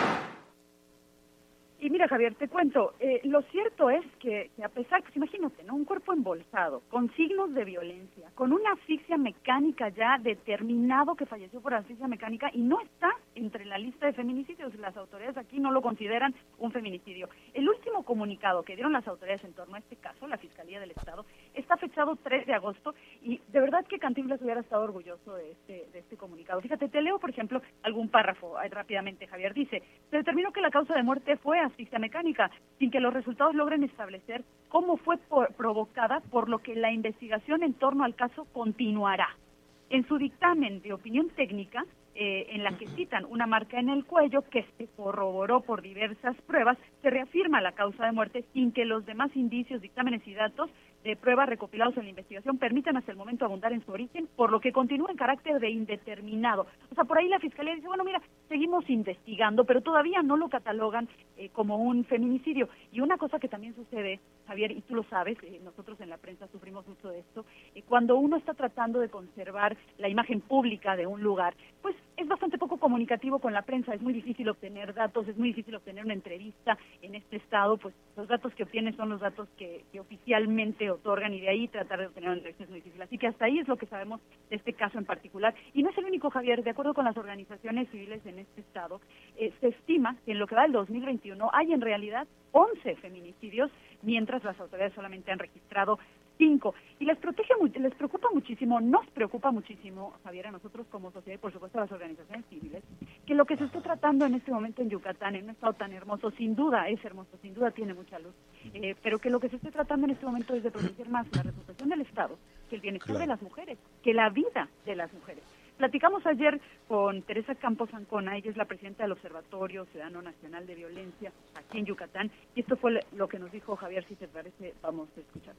[SPEAKER 9] Y mira, Javier, te cuento, eh, lo cierto es que, que a pesar, pues imagínate, ¿no? Un cuerpo embolsado, con signos de violencia, con una asfixia mecánica ya determinado que falleció por asfixia mecánica y no está entre la lista de feminicidios. Las autoridades aquí no lo consideran un feminicidio. El último comunicado que dieron las autoridades en torno a este caso, la Fiscalía del Estado, está fechado tres de agosto y de verdad que Cantinflas hubiera estado orgulloso de este, de este comunicado. Fíjate, te leo, por ejemplo, algún párrafo ahí, rápidamente, Javier. Dice, se determinó que la causa de muerte fue asfixia mecánica, sin que los resultados logren establecer cómo fue por, provocada, por lo que la investigación en torno al caso continuará. En su dictamen de opinión técnica, eh, en la que citan una marca en el cuello que se corroboró por diversas pruebas, se reafirma la causa de muerte sin que los demás indicios, dictámenes y datos de pruebas recopilados en la investigación permitan hasta el momento abundar en su origen, por lo que continúa en carácter de indeterminado. O sea, por ahí la Fiscalía dice, bueno, mira, seguimos investigando, pero todavía no lo catalogan eh, como un feminicidio. Y una cosa que también sucede, Javier, y tú lo sabes, eh, nosotros en la prensa sufrimos mucho de esto, eh, cuando uno está tratando de conservar la imagen pública de un lugar, pues es bastante poco comunicativo con la prensa, es muy difícil obtener datos, es muy difícil obtener una entrevista en este estado, pues los datos que obtienes son los datos que, que oficialmente otorgan y de ahí tratar de obtener una entrevista es muy difícil. Así que hasta ahí es lo que sabemos de este caso en particular. Y no es el único, Javier, de acuerdo con las organizaciones civiles en este estado, eh, se estima que en lo que va del dos mil veintiuno hay en realidad once feminicidios, mientras las autoridades solamente han registrado cinco. Y les protege, les preocupa muchísimo, nos preocupa muchísimo, Javier, a nosotros como sociedad y por supuesto a las organizaciones civiles, que lo que se esté tratando en este momento en Yucatán, en un estado tan hermoso, sin duda es hermoso, sin duda tiene mucha luz, eh, pero que lo que se esté tratando en este momento es de proteger más la reputación del Estado, que el bienestar claro. de las mujeres, que la vida de las mujeres. Platicamos ayer con Teresa Campos Ancona, ella es la presidenta del Observatorio Ciudadano Nacional de Violencia aquí en Yucatán, y esto fue lo que nos dijo Javier, si te parece, vamos a escucharla.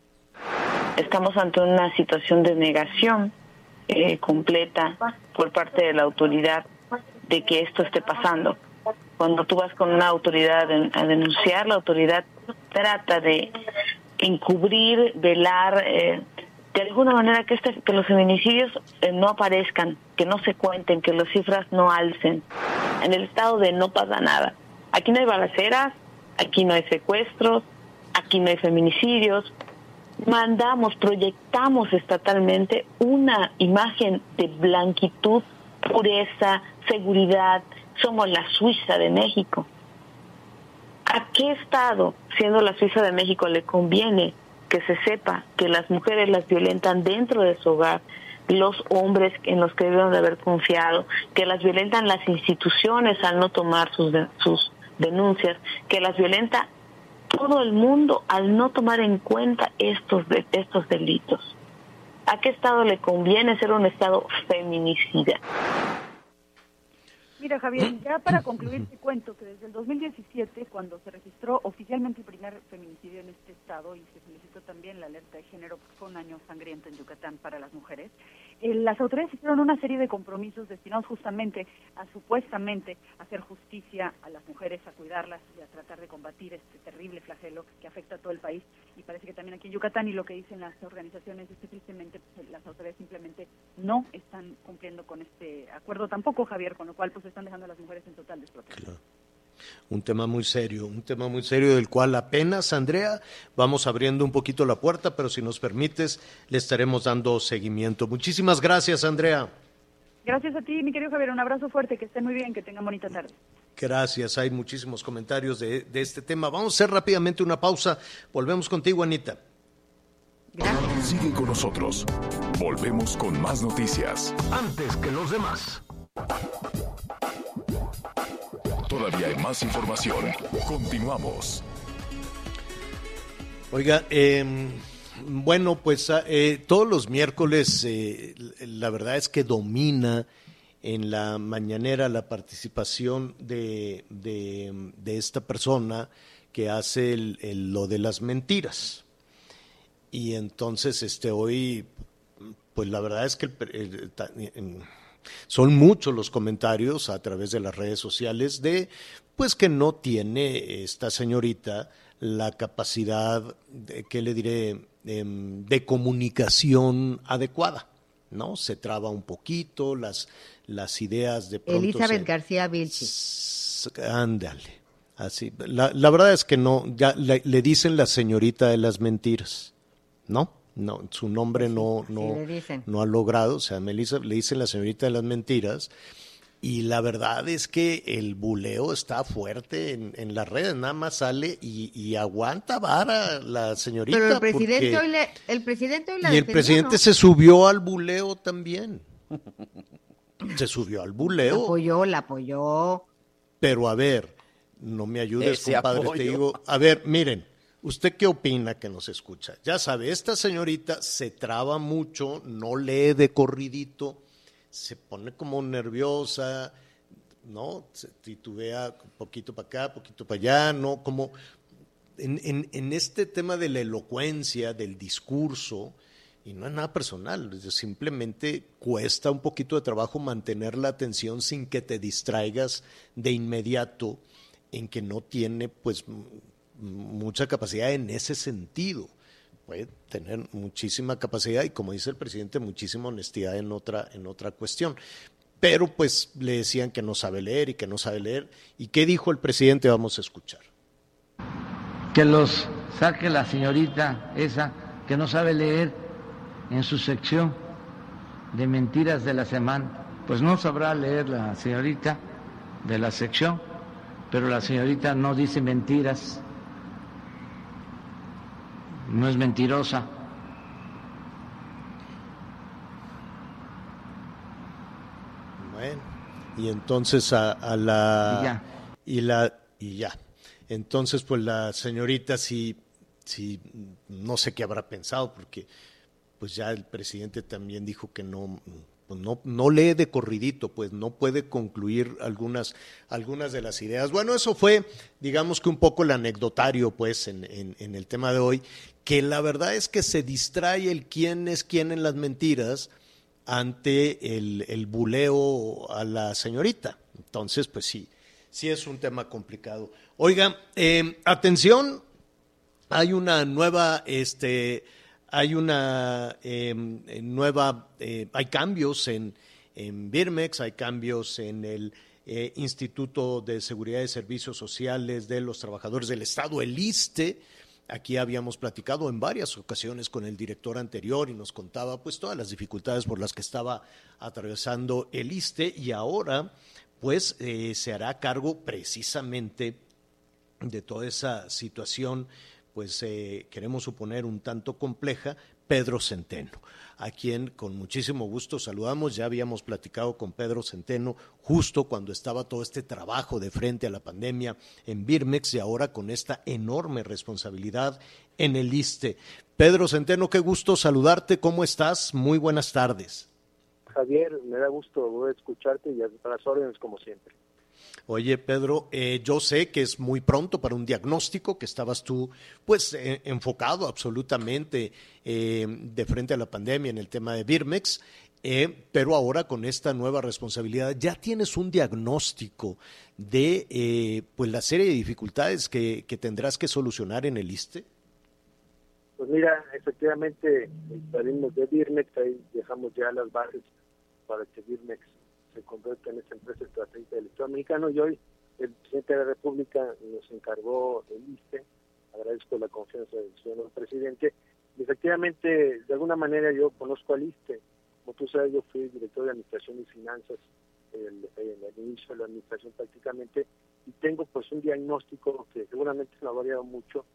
[SPEAKER 13] Estamos ante una situación de negación eh, completa por parte de la autoridad de que esto esté pasando. Cuando tú vas con una autoridad a denunciar, la autoridad trata de encubrir, velar, eh, de alguna manera que, este, que los feminicidios eh, no aparezcan, que no se cuenten, que las cifras no alcen. En el estado de no pasa nada. Aquí no hay balaceras, aquí no hay secuestros, aquí no hay feminicidios. Mandamos, proyectamos estatalmente una imagen de blanquitud, pureza, seguridad. Somos la Suiza de México. ¿A qué estado, siendo la Suiza de México, le conviene que se sepa que las mujeres las violentan dentro de su hogar, los hombres en los que deben de haber confiado, que las violentan las instituciones al no tomar sus, de, sus denuncias, que las violenta todo el mundo al no tomar en cuenta estos, de, estos delitos? ¿A qué estado le conviene ser un estado feminicida?
[SPEAKER 9] Mira, Javier, ya para concluir te cuento que desde el dos mil diecisiete, cuando se registró oficialmente el primer feminicidio en este estado y se solicitó también la alerta de género, porque fue un año sangriento en Yucatán para las mujeres, eh, las autoridades hicieron una serie de compromisos destinados justamente a supuestamente hacer justicia a las mujeres, a cuidarlas y a tratar de combatir este terrible flagelo que afecta a todo el país y parece que también aquí en Yucatán, y lo que dicen las organizaciones es que tristemente pues, las autoridades simplemente no están cumpliendo con este acuerdo tampoco, Javier, con lo cual pues están dejando a las mujeres en total desprotección.
[SPEAKER 2] Claro. Un tema muy serio, un tema muy serio del cual apenas, Andrea, vamos abriendo un poquito la puerta, pero si nos permites, le estaremos dando seguimiento. Muchísimas gracias, Andrea.
[SPEAKER 9] Gracias a ti, mi querido Javier, un abrazo fuerte, que estén muy bien, que tengan bonita tarde.
[SPEAKER 2] Gracias, hay muchísimos comentarios de, de este tema. Vamos a hacer rápidamente una pausa, volvemos contigo, Anita.
[SPEAKER 3] Gracias. Sigue con nosotros, volvemos con más noticias.
[SPEAKER 14] Antes que los demás.
[SPEAKER 3] Todavía hay más información. Continuamos.
[SPEAKER 2] Oiga, eh, bueno, pues eh, todos los miércoles eh, la verdad es que domina en la mañanera la participación de, de, de esta persona que hace el, el, lo de las mentiras. Y entonces este hoy, pues la verdad es que el, el, el, son muchos los comentarios a través de las redes sociales de pues que no tiene esta señorita la capacidad, de, ¿qué le diré?, de, de comunicación adecuada, ¿no? Se traba un poquito, las, las ideas de pronto...
[SPEAKER 5] Elizabeth
[SPEAKER 2] se,
[SPEAKER 5] García Vilchi.
[SPEAKER 2] Ándale, así. La, la verdad es que no, ya le, le dicen la señorita de las mentiras, ¿no? No, su nombre no, no, no ha logrado, o sea, Melissa, le dicen la señorita de las mentiras, y la verdad es que el buleo está fuerte en, en las redes, nada más sale y, y aguanta vara la señorita.
[SPEAKER 5] Pero el presidente
[SPEAKER 2] porque,
[SPEAKER 5] hoy le, el presidente hoy la
[SPEAKER 2] y el
[SPEAKER 5] defendió,
[SPEAKER 2] presidente
[SPEAKER 5] ¿no?
[SPEAKER 2] se subió al buleo también, se subió al buleo.
[SPEAKER 5] La apoyó, la apoyó.
[SPEAKER 2] Pero a ver, no me ayudes,
[SPEAKER 6] Ese
[SPEAKER 2] compadre,
[SPEAKER 6] apoyo.
[SPEAKER 2] te digo, a ver, miren. ¿Usted qué opina que nos escucha? Ya sabe, esta señorita se traba mucho, no lee de corridito, se pone como nerviosa, ¿no? Se titubea poquito para acá, poquito para allá, ¿no? Como en, en, en este tema de la elocuencia, del discurso, y no es nada personal, simplemente cuesta un poquito de trabajo mantener la atención sin que te distraigas de inmediato en que no tiene, pues, mucha capacidad en ese sentido. Puede tener muchísima capacidad y, como dice el presidente, muchísima honestidad en otra, en otra cuestión. Pero pues le decían que no sabe leer y que no sabe leer. ¿Y qué dijo el presidente? Vamos a escuchar.
[SPEAKER 15] Que los saque la señorita esa que no sabe leer en su sección de mentiras de la semana. Pues no sabrá leer la señorita de la sección, pero la señorita no dice mentiras. No es mentirosa.
[SPEAKER 2] Bueno, y entonces a, a la...
[SPEAKER 15] Y ya.
[SPEAKER 2] Y, la, y ya. Entonces, pues la señorita sí, sí, no sé qué habrá pensado, porque pues ya el presidente también dijo que no... Pues no, no lee de corridito, pues no puede concluir algunas, algunas de las ideas. Bueno, eso fue, digamos que un poco el anecdotario, pues, en, en, en el tema de hoy, que la verdad es que se distrae el quién es quién en las mentiras ante el, el buleo a la señorita. Entonces, pues sí, sí es un tema complicado. Oiga, eh, atención, hay una nueva, este... Hay una eh, nueva, eh, hay cambios en, en Birmex, hay cambios en el eh, Instituto de Seguridad y Servicios Sociales de los Trabajadores del Estado, el ISSSTE. Aquí habíamos platicado en varias ocasiones con el director anterior y nos contaba pues todas las dificultades por las que estaba atravesando el ISSSTE, y ahora pues eh, se hará cargo precisamente de toda esa situación, pues eh, queremos suponer un tanto compleja, Pedro Centeno, a quien con muchísimo gusto saludamos. Ya habíamos platicado con Pedro Centeno justo cuando estaba todo este trabajo de frente a la pandemia en Birmex, y ahora con esta enorme responsabilidad en el ISSSTE. Pedro Centeno, qué gusto saludarte, ¿cómo estás? Muy buenas tardes.
[SPEAKER 16] Javier, me da gusto volver a escucharte y a las órdenes como siempre.
[SPEAKER 2] Oye, Pedro, eh, yo sé que es muy pronto para un diagnóstico, que estabas tú, pues, eh, enfocado absolutamente eh, de frente a la pandemia en el tema de Birmex, eh, pero ahora con esta nueva responsabilidad, ¿ya tienes un diagnóstico de, eh, pues, la serie de dificultades que, que tendrás que solucionar en el ISSSTE?
[SPEAKER 16] Pues mira, efectivamente, salimos de Birmex, ahí dejamos ya las bases para que Birmex se convierte en esta empresa estratégica del Estado mexicano, y hoy el presidente de la República nos encargó el ISSSTE. Agradezco la confianza del señor presidente. Y efectivamente, de alguna manera yo conozco al ISSSTE. Como tú sabes, yo fui director de Administración y Finanzas en el, el inicio de la administración prácticamente, y tengo pues un diagnóstico que seguramente no ha variado mucho.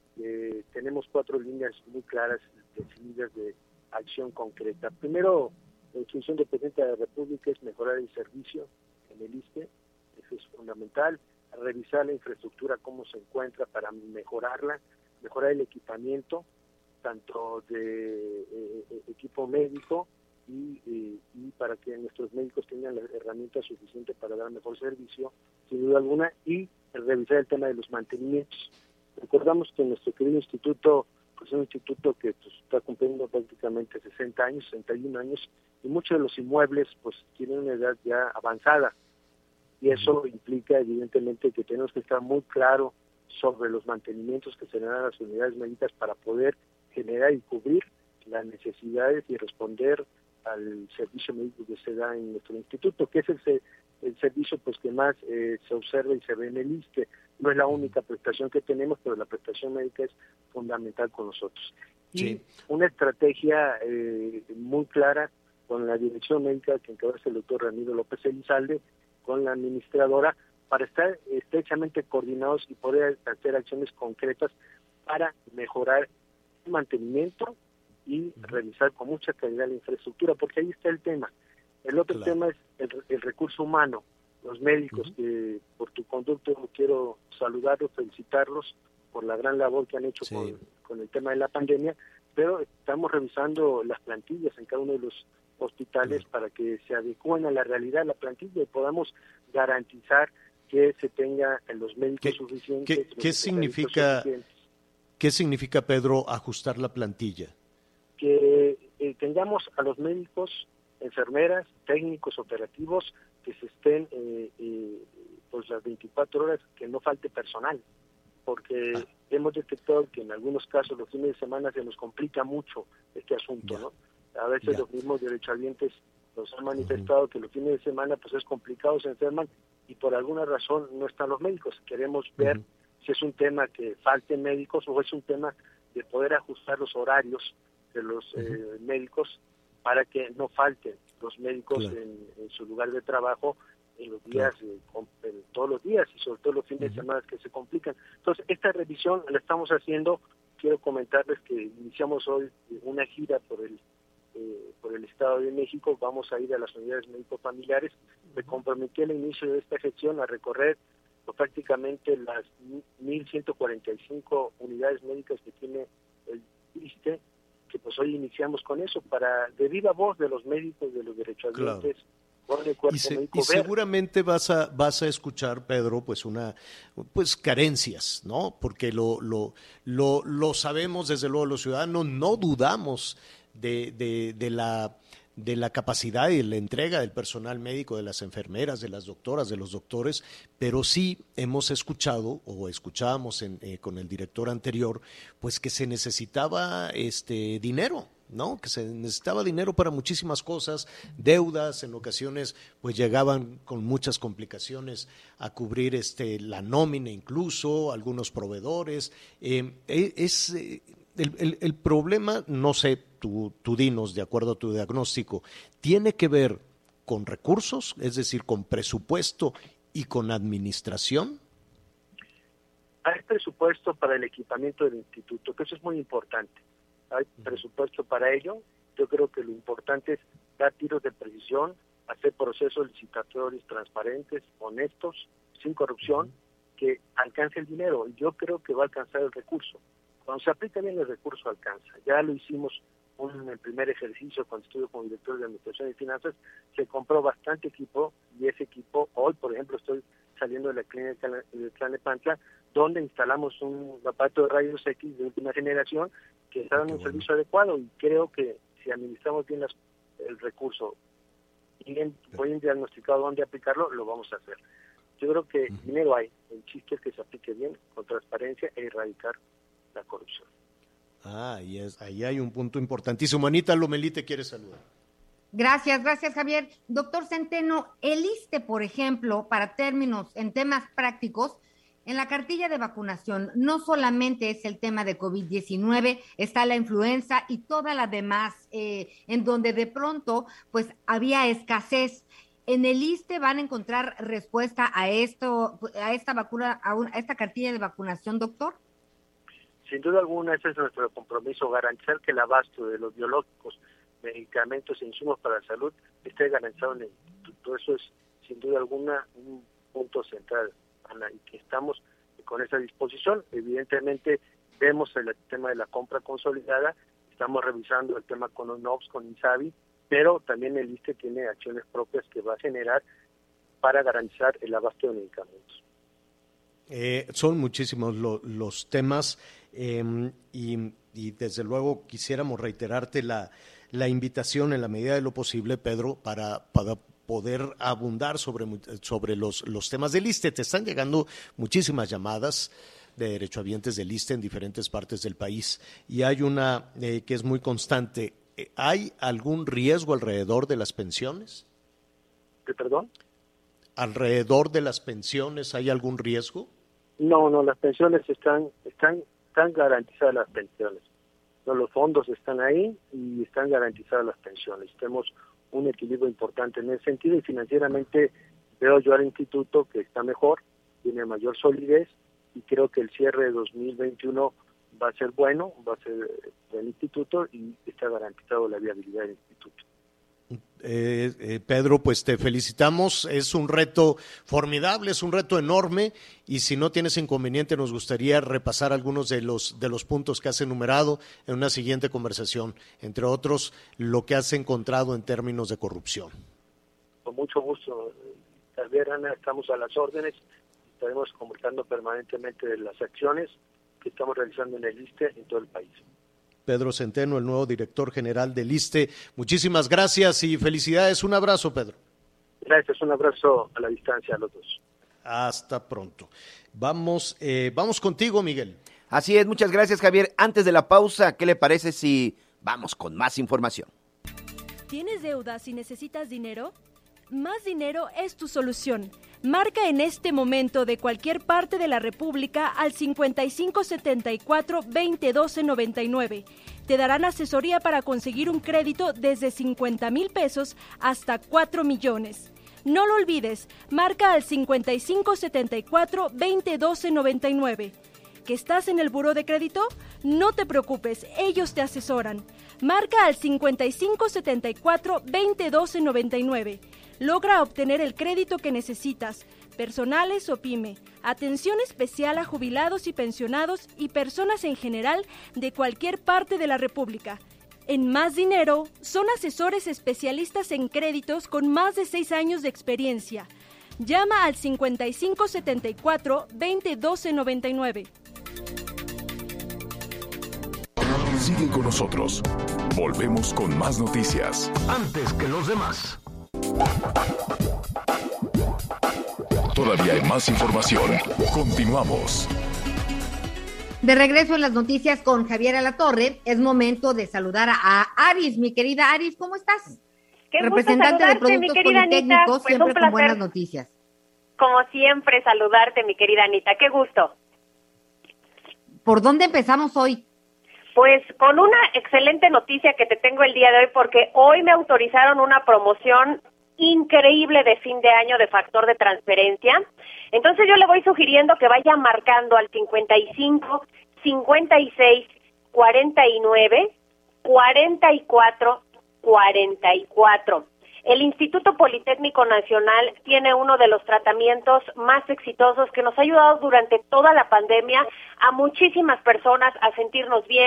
[SPEAKER 16] Eh, tenemos cuatro líneas muy claras definidas de acción concreta. Primero, la función del presidente de la República es mejorar el servicio en el ISSSTE, eso es fundamental, revisar la infraestructura, cómo se encuentra para mejorarla, mejorar el equipamiento, tanto de eh, equipo médico y, eh, y para que nuestros médicos tengan la herramienta suficiente para dar mejor servicio, sin duda alguna, y revisar el tema de los mantenimientos. Recordamos que nuestro querido instituto pues, es un instituto que pues, está cumpliendo prácticamente sesenta años, sesenta y un años, y muchos de los inmuebles pues tienen una edad ya avanzada, y eso implica evidentemente que tenemos que estar muy claro sobre los mantenimientos que se le dan a las unidades médicas para poder generar y cubrir las necesidades y responder al servicio médico que se da en nuestro instituto, que es el, el servicio pues que más eh, se observa y se ve en el ISSSTE. No es la única prestación que tenemos, pero la prestación médica es fundamental con nosotros. Y sí. Una estrategia eh, muy clara con la dirección médica que encabeza el doctor Ramiro López Elizalde, con la administradora, para estar estrechamente coordinados y poder hacer acciones concretas para mejorar el mantenimiento y revisar con mucha calidad la infraestructura, porque ahí está el tema. El otro claro. tema es el, el recurso humano, los médicos, uh-huh. que por tu conducto quiero saludarlos, felicitarlos por la gran labor que han hecho sí. con, con el tema de la pandemia, pero estamos revisando las plantillas en cada uno de los hospitales uh-huh. para que se adecúen a la realidad de la plantilla y podamos garantizar que se tenga los médicos
[SPEAKER 2] ¿Qué,
[SPEAKER 16] suficientes.
[SPEAKER 2] ¿Qué, ¿qué significa, suficientes. ¿Qué significa, Pedro, ajustar la plantilla?
[SPEAKER 16] Que eh, tengamos a los médicos, enfermeras, técnicos operativos que se estén eh, eh, pues las veinticuatro horas, que no falte personal, porque ah. hemos detectado que en algunos casos los fines de semana se nos complica mucho este asunto, ya. ¿no? A veces ya. los mismos derechohabientes nos han manifestado uh-huh. que los fines de semana pues es complicado, se enferman y por alguna razón no están los médicos. Queremos ver uh-huh. si es un tema que falten médicos o es un tema de poder ajustar los horarios de los uh-huh. eh, médicos para que no falten los médicos claro. en, en su lugar de trabajo en los días, claro. eh, con, en todos los días y sobre todo los fines uh-huh. de semana que se complican. Entonces, esta revisión la estamos haciendo. Quiero comentarles que iniciamos hoy una gira por el eh, por el Estado de México. Vamos a ir a las unidades médico-familiares. Me comprometí al inicio de esta gestión a recorrer pues, prácticamente las mil ciento cuarenta y cinco unidades médicas que tiene el ISSSTE, que pues hoy iniciamos con eso, para de viva voz de los médicos, de los derechohabientes, claro. el cuerpo
[SPEAKER 2] y, se,
[SPEAKER 16] médico,
[SPEAKER 2] y seguramente vas a vas a escuchar, Pedro, pues una pues carencias, ¿no? Porque lo lo lo, lo sabemos desde luego los ciudadanos, no dudamos de, de, de la de la capacidad y la entrega del personal médico, de las enfermeras, de las doctoras, de los doctores, pero sí hemos escuchado o escuchábamos en, eh, con el director anterior, pues que se necesitaba este dinero, ¿no? Que se necesitaba dinero para muchísimas cosas, deudas, en ocasiones pues llegaban con muchas complicaciones a cubrir este la nómina incluso, algunos proveedores, eh, es eh, el, el, el problema, no sé, tú, tú dinos, de acuerdo a tu diagnóstico, ¿tiene que ver con recursos, es decir, con presupuesto y con administración?
[SPEAKER 16] Hay presupuesto para el equipamiento del instituto, que eso es muy importante. Hay presupuesto para ello. Yo creo que lo importante es dar tiros de precisión, hacer procesos licitatorios transparentes, honestos, sin corrupción, que alcance el dinero. Y yo creo que va a alcanzar el recurso. Cuando se aplica bien el recurso alcanza. Ya lo hicimos un, el primer ejercicio cuando estuve como director de Administración y Finanzas, se compró bastante equipo y ese equipo, hoy por ejemplo estoy saliendo de la clínica de Tlalnepantla, donde instalamos un aparato de rayos X de última generación que está dando un servicio adecuado, y creo que si administramos bien las, el recurso y bien, bien diagnosticado dónde aplicarlo, lo vamos a hacer. Yo creo que uh-huh. dinero hay, el chiste es que se aplique bien, con transparencia e erradicar la corrupción.
[SPEAKER 2] Ah, y es, ahí hay un punto importantísimo. Anita Lomelí te quiere saludar.
[SPEAKER 5] Gracias, gracias Javier. Doctor Centeno, el ISSSTE, por ejemplo, para términos, en temas prácticos, en la cartilla de vacunación no solamente es el tema de COVID diecinueve, está la influenza y toda la demás, eh, en donde de pronto pues había escasez. ¿En el ISSSTE van a encontrar respuesta a esto, a esta vacuna, a, un, a esta cartilla de vacunación, doctor?
[SPEAKER 16] Sin duda alguna, ese es nuestro compromiso, garantizar que el abasto de los biológicos, medicamentos e insumos para la salud esté garantizado en el instituto. Eso es, sin duda alguna, un punto central, Ana, y que estamos con esa disposición. Evidentemente, vemos el tema de la compra consolidada, estamos revisando el tema con UNOPS, con INSABI, pero también el ISSSTE tiene acciones propias que va a generar para garantizar el abasto de medicamentos.
[SPEAKER 2] Eh, son muchísimos lo, los temas eh, y, y desde luego quisiéramos reiterarte la, la invitación en la medida de lo posible, Pedro, para, para poder abundar sobre, sobre los, los temas del ISSSTE. Te están llegando muchísimas llamadas de derechohabientes del ISSSTE en diferentes partes del país y hay una eh, que es muy constante. ¿Hay algún riesgo alrededor de las pensiones?
[SPEAKER 16] ¿Qué, perdón?
[SPEAKER 2] ¿Alrededor de las pensiones hay algún riesgo?
[SPEAKER 16] No, no, las pensiones están, están, están garantizadas las pensiones. No, los fondos están ahí y están garantizadas las pensiones. Tenemos un equilibrio importante en ese sentido y financieramente veo yo al instituto que está mejor, tiene mayor solidez y creo que el cierre de dos mil veintiuno va a ser bueno, va a ser del instituto y está garantizado la viabilidad del instituto.
[SPEAKER 2] Eh, eh, Pedro, pues te felicitamos, es un reto formidable, es un reto enorme y si no tienes inconveniente nos gustaría repasar algunos de los de los puntos que has enumerado en una siguiente conversación, entre otros lo que has encontrado en términos de corrupción.
[SPEAKER 16] Con mucho gusto, Javier, Ana, estamos a las órdenes, estaremos comunicando permanentemente de las acciones que estamos realizando en el ISSSTE en todo el país.
[SPEAKER 2] Pedro Centeno, el nuevo director general del ISSSTE. Muchísimas gracias y felicidades. Un abrazo, Pedro.
[SPEAKER 16] Gracias, un abrazo a la distancia a los dos.
[SPEAKER 2] Hasta pronto. Vamos, eh, vamos contigo, Miguel.
[SPEAKER 6] Así es, muchas gracias, Javier. Antes de la pausa, ¿qué le parece si vamos con más información?
[SPEAKER 17] ¿Tienes deudas y necesitas dinero? Más Dinero es tu solución. Marca en este momento de cualquier parte de la República al cincuenta y cinco setenta y cuatro veinte doce noventa y nueve. Te darán asesoría para conseguir un crédito desde cincuenta mil pesos hasta cuatro millones. No lo olvides, marca al cincuenta y cinco setenta y cuatro veinte doce noventa y nueve. ¿Que estás en el buró de crédito? No te preocupes, ellos te asesoran. Marca al cincuenta y cinco setenta y cuatro veinte doce noventa y nueve. Logra obtener el crédito que necesitas, personales o pyme, atención especial a jubilados y pensionados y personas en general de cualquier parte de la República. En Más Dinero, son asesores especialistas en créditos con más de seis años de experiencia. Llama al cincuenta y cinco setenta y cuatro veinte doce noventa y nueve.
[SPEAKER 3] Sigue con nosotros. Volvemos con más noticias.
[SPEAKER 14] Antes que los demás.
[SPEAKER 3] Todavía hay más información. Continuamos.
[SPEAKER 5] De regreso en las noticias con Javier Alatorre, es momento de saludar a, a Aris. Mi querida Aris, ¿cómo estás?
[SPEAKER 18] Qué
[SPEAKER 5] Representante de Productos
[SPEAKER 18] mi querida
[SPEAKER 5] Politécnicos,
[SPEAKER 18] Anita, pues
[SPEAKER 5] siempre
[SPEAKER 18] un
[SPEAKER 5] con
[SPEAKER 18] placer.
[SPEAKER 5] buenas noticias.
[SPEAKER 18] Como siempre, saludarte, mi querida Anita. Qué gusto.
[SPEAKER 5] ¿Por dónde empezamos hoy?
[SPEAKER 18] Pues con una excelente noticia que te tengo el día de hoy, porque hoy me autorizaron una promoción increíble de fin de año de factor de transferencia. Entonces yo le voy sugiriendo que vaya marcando al cincuenta y cinco, cincuenta y seis, cuarenta y nueve, cuarenta y cuatro, cuarenta y cuatro. El Instituto Politécnico Nacional tiene uno de los tratamientos más exitosos que nos ha ayudado durante toda la pandemia a muchísimas personas a sentirnos bien,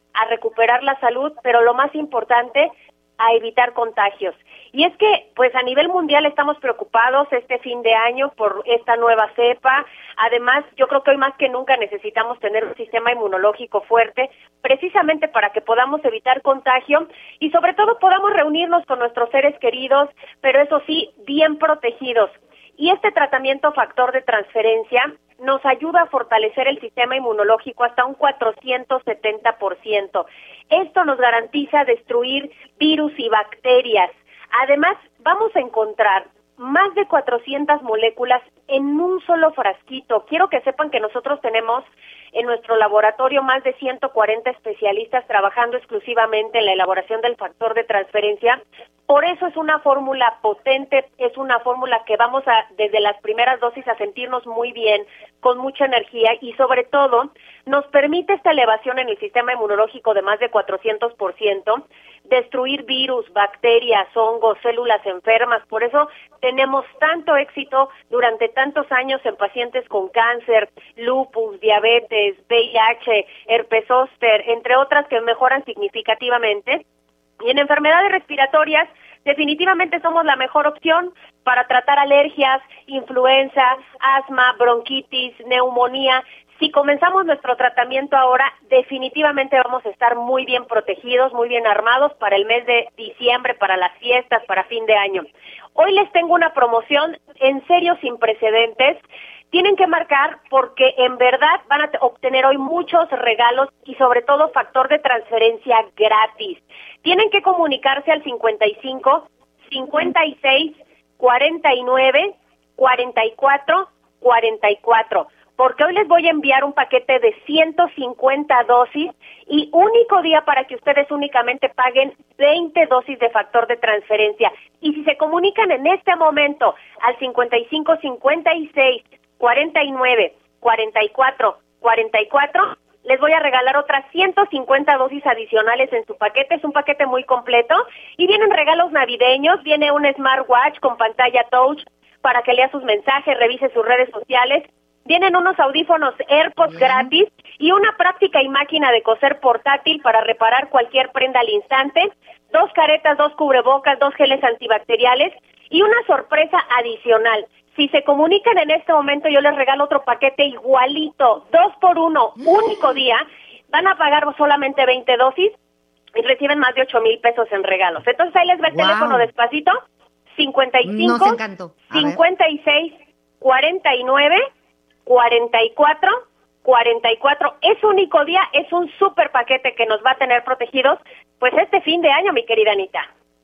[SPEAKER 18] a recuperar la salud, pero lo más importante, a evitar contagios. Y es que, pues a nivel mundial estamos preocupados este fin de año por esta nueva cepa. Además, yo creo que hoy más que nunca necesitamos tener un sistema inmunológico fuerte, precisamente para que podamos evitar contagio y sobre todo podamos reunirnos con nuestros seres queridos, pero eso sí, bien protegidos. Y este tratamiento factor de transferencia nos ayuda a fortalecer el sistema inmunológico hasta un cuatrocientos setenta por ciento. Esto nos garantiza destruir virus y bacterias. Además, vamos a encontrar más de cuatrocientas moléculas en un solo frasquito. Quiero que sepan que nosotros tenemos en nuestro laboratorio más de ciento cuarenta especialistas trabajando exclusivamente en la elaboración del factor de transferencia. Por eso es una fórmula potente, es una fórmula que vamos a, desde las primeras dosis, a sentirnos muy bien, con mucha energía y sobre todo nos permite esta elevación en el sistema inmunológico de más de cuatrocientos por ciento, destruir virus, bacterias, hongos, células enfermas. Por eso tenemos tanto éxito durante tantos años en pacientes con cáncer, lupus, diabetes, V I H, herpes zóster, entre otras que mejoran significativamente. Y en enfermedades respiratorias, definitivamente somos la mejor opción para tratar alergias, influenza, asma, bronquitis, neumonía. Si comenzamos nuestro tratamiento ahora, definitivamente vamos a estar muy bien protegidos, muy bien armados para el mes de diciembre, para las fiestas, para fin de año. Hoy les tengo una promoción en serio sin precedentes. Tienen que marcar porque en verdad van a obtener hoy muchos regalos y sobre todo factor de transferencia gratis. Tienen que comunicarse al cincuenta y cinco, cincuenta y seis, cuarenta y nueve, cuarenta y cuatro, cuarenta y cuatro. Porque hoy les voy a enviar un paquete de ciento cincuenta dosis y único día para que ustedes únicamente paguen veinte dosis de factor de transferencia. Y si se comunican en este momento al cincuenta y cinco, cincuenta y seis, cuarenta y nueve, cuarenta y cuatro, cuarenta y cuatro, les voy a regalar otras ciento cincuenta dosis adicionales en su paquete. Es un paquete muy completo y vienen regalos navideños, viene un smartwatch con pantalla touch para que lea sus mensajes, revise sus redes sociales. Vienen unos audífonos AirPods gratis y una práctica y máquina de coser portátil para reparar cualquier prenda al instante, dos caretas, dos cubrebocas, dos geles antibacteriales y una sorpresa adicional. Si se comunican en este momento, yo les regalo otro paquete igualito, dos por uno, único día. Van a pagar solamente veinte dosis y reciben más de ocho mil pesos en regalos. Entonces ahí les va el wow. teléfono despacito, cincuenta y cinco, cincuenta y seis, cuarenta y nueve, cuarenta y cuatro, cuarenta y cuatro. Es único día, es un súper paquete que nos va a tener protegidos, pues este fin de año, mi querida Anita.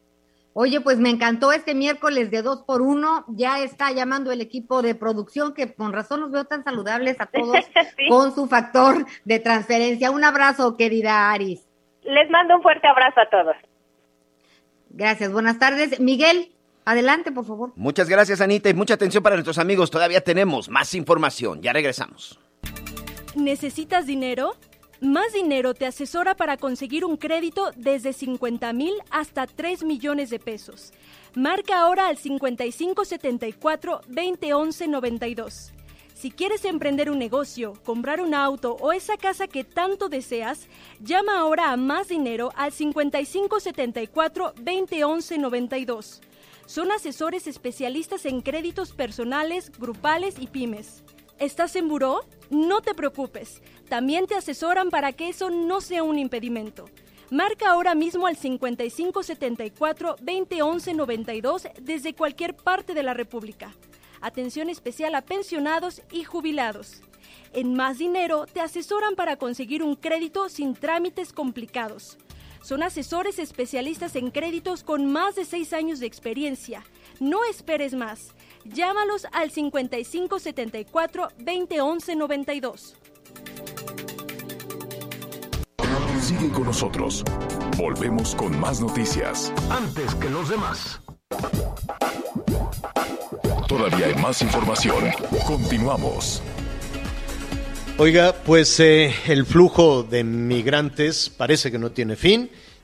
[SPEAKER 5] Oye, pues me encantó este miércoles de dos por uno, ya está llamando el equipo de producción, que con razón los veo tan saludables a todos sí. con su factor de transferencia. Un abrazo, querida Aris.
[SPEAKER 18] Les mando un fuerte abrazo a todos.
[SPEAKER 5] Gracias, buenas tardes. Miguel, adelante, por favor.
[SPEAKER 6] Muchas gracias, Anita, y mucha atención para nuestros amigos. Todavía tenemos más información, ya regresamos.
[SPEAKER 17] ¿Necesitas dinero? Más Dinero te asesora para conseguir un crédito desde cincuenta mil hasta tres millones de pesos. Marca ahora al cincuenta y cinco setenta y cuatro, veinte once noventa y dos. Si quieres emprender un negocio, comprar un auto o esa casa que tanto deseas, llama ahora a Más Dinero al cincuenta y cinco setenta y cuatro, veinte once noventa y dos. Son asesores especialistas en créditos personales, grupales y pymes. ¿Estás en buró? No te preocupes. También te asesoran para que eso no sea un impedimento. Marca ahora mismo al cincuenta y cinco setenta y cuatro, veinte once noventa y dos desde cualquier parte de la República. Atención especial a pensionados y jubilados. En Más Dinero te asesoran para conseguir un crédito sin trámites complicados. Son asesores especialistas en créditos con más de seis años de experiencia. No esperes más. Llámalos al cincuenta y cinco setenta y cuatro, veinte once noventa y dos.
[SPEAKER 3] Sigue con nosotros. Volvemos con más noticias.
[SPEAKER 14] Antes que los demás.
[SPEAKER 3] Todavía hay más información. Continuamos.
[SPEAKER 2] Oiga, pues eh, el flujo de migrantes parece que no tiene fin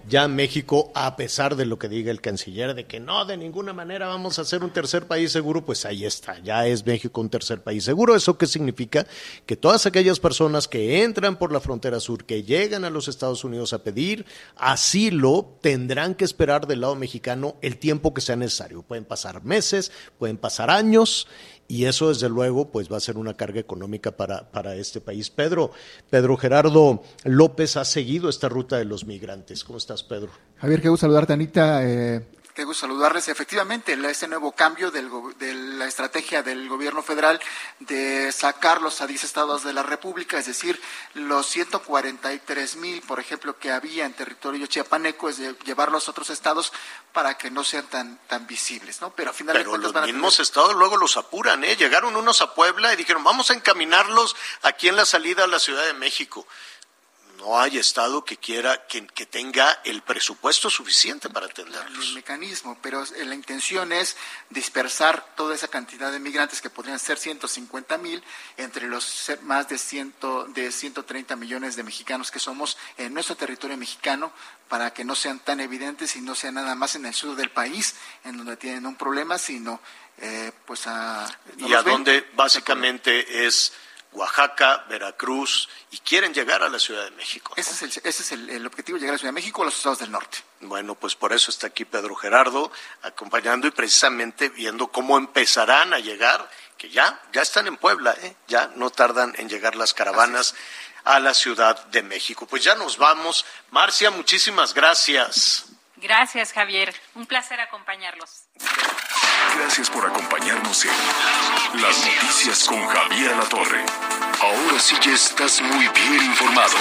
[SPEAKER 2] ya México, a pesar de lo que diga el canciller, de que no, de ninguna manera vamos a ser un tercer país seguro, pues ahí está, ya es México un tercer país seguro. ¿Eso qué significa? Que todas aquellas personas que entran por la frontera sur, que llegan a los Estados Unidos a pedir asilo, tendrán que esperar del lado mexicano el tiempo que sea necesario. Pueden pasar meses, pueden pasar años, y eso desde luego pues va a ser una carga económica para, para este país. Pedro, Pedro Gerardo López ha seguido esta ruta de los migrantes. ¿Cómo estás, Pedro?
[SPEAKER 8] Javier, qué gusto saludarte, Anita. Eh...
[SPEAKER 19] Qué gusto saludarles. Efectivamente, este nuevo cambio del, de la estrategia del gobierno federal de sacarlos a diez estados de la República, es decir, los ciento cuarenta y tres mil, por ejemplo, que había en territorio chiapaneco, es de llevarlos a otros estados para que no sean tan tan visibles, ¿no? Pero a final
[SPEAKER 2] Pero
[SPEAKER 19] de cuentas
[SPEAKER 2] los
[SPEAKER 19] van a
[SPEAKER 2] mismos
[SPEAKER 19] tener...
[SPEAKER 2] estados luego los apuran, ¿eh? Llegaron unos a Puebla y dijeron, vamos a encaminarlos aquí en la salida a la Ciudad de México. No hay estado que quiera, que, que tenga el presupuesto suficiente para atenderlos.
[SPEAKER 19] El mecanismo, pero la intención es dispersar toda esa cantidad de migrantes que podrían ser ciento cincuenta mil entre los más de, cien, de ciento treinta millones de mexicanos que somos en nuestro territorio mexicano, para que no sean tan evidentes y no sea nada más en el sur del país, en donde tienen un problema, sino eh, pues a... No
[SPEAKER 2] y a donde básicamente es Oaxaca, Veracruz, y quieren llegar a la Ciudad de México, ¿no?
[SPEAKER 19] Ese es, el, ese es el, el objetivo, llegar a la Ciudad de México o a los estados del norte.
[SPEAKER 2] Bueno, pues por eso está aquí Pedro Gerardo, acompañando y precisamente viendo cómo empezarán a llegar, que ya, ya están en Puebla, ¿eh? Ya no tardan en llegar las caravanas a la Ciudad de México. Pues ya nos vamos. Marcia, muchísimas gracias.
[SPEAKER 7] Gracias, Javier. Un placer acompañarlos.
[SPEAKER 3] Gracias por acompañarnos en Las Noticias con Javier Alatorre. Ahora sí ya estás muy bien informado.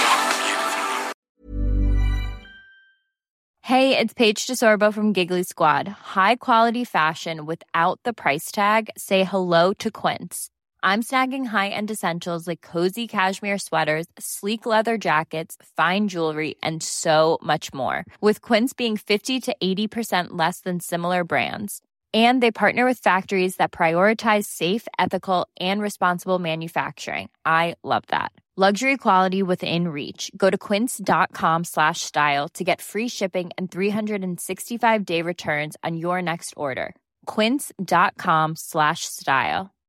[SPEAKER 20] Hey, it's Paige DeSorbo from Giggly Squad. High quality fashion without the price tag. Say hello to Quince. I'm snagging high-end essentials like cozy cashmere sweaters, sleek leather jackets, fine jewelry, and so much more. With Quince being fifty to eighty percent less than similar brands. And they partner with factories that prioritize safe, ethical, and responsible manufacturing. I love that. Luxury quality within reach. Go to quince.com slash style to get free shipping and three sixty-five day returns on your next order. Quince.com slash style.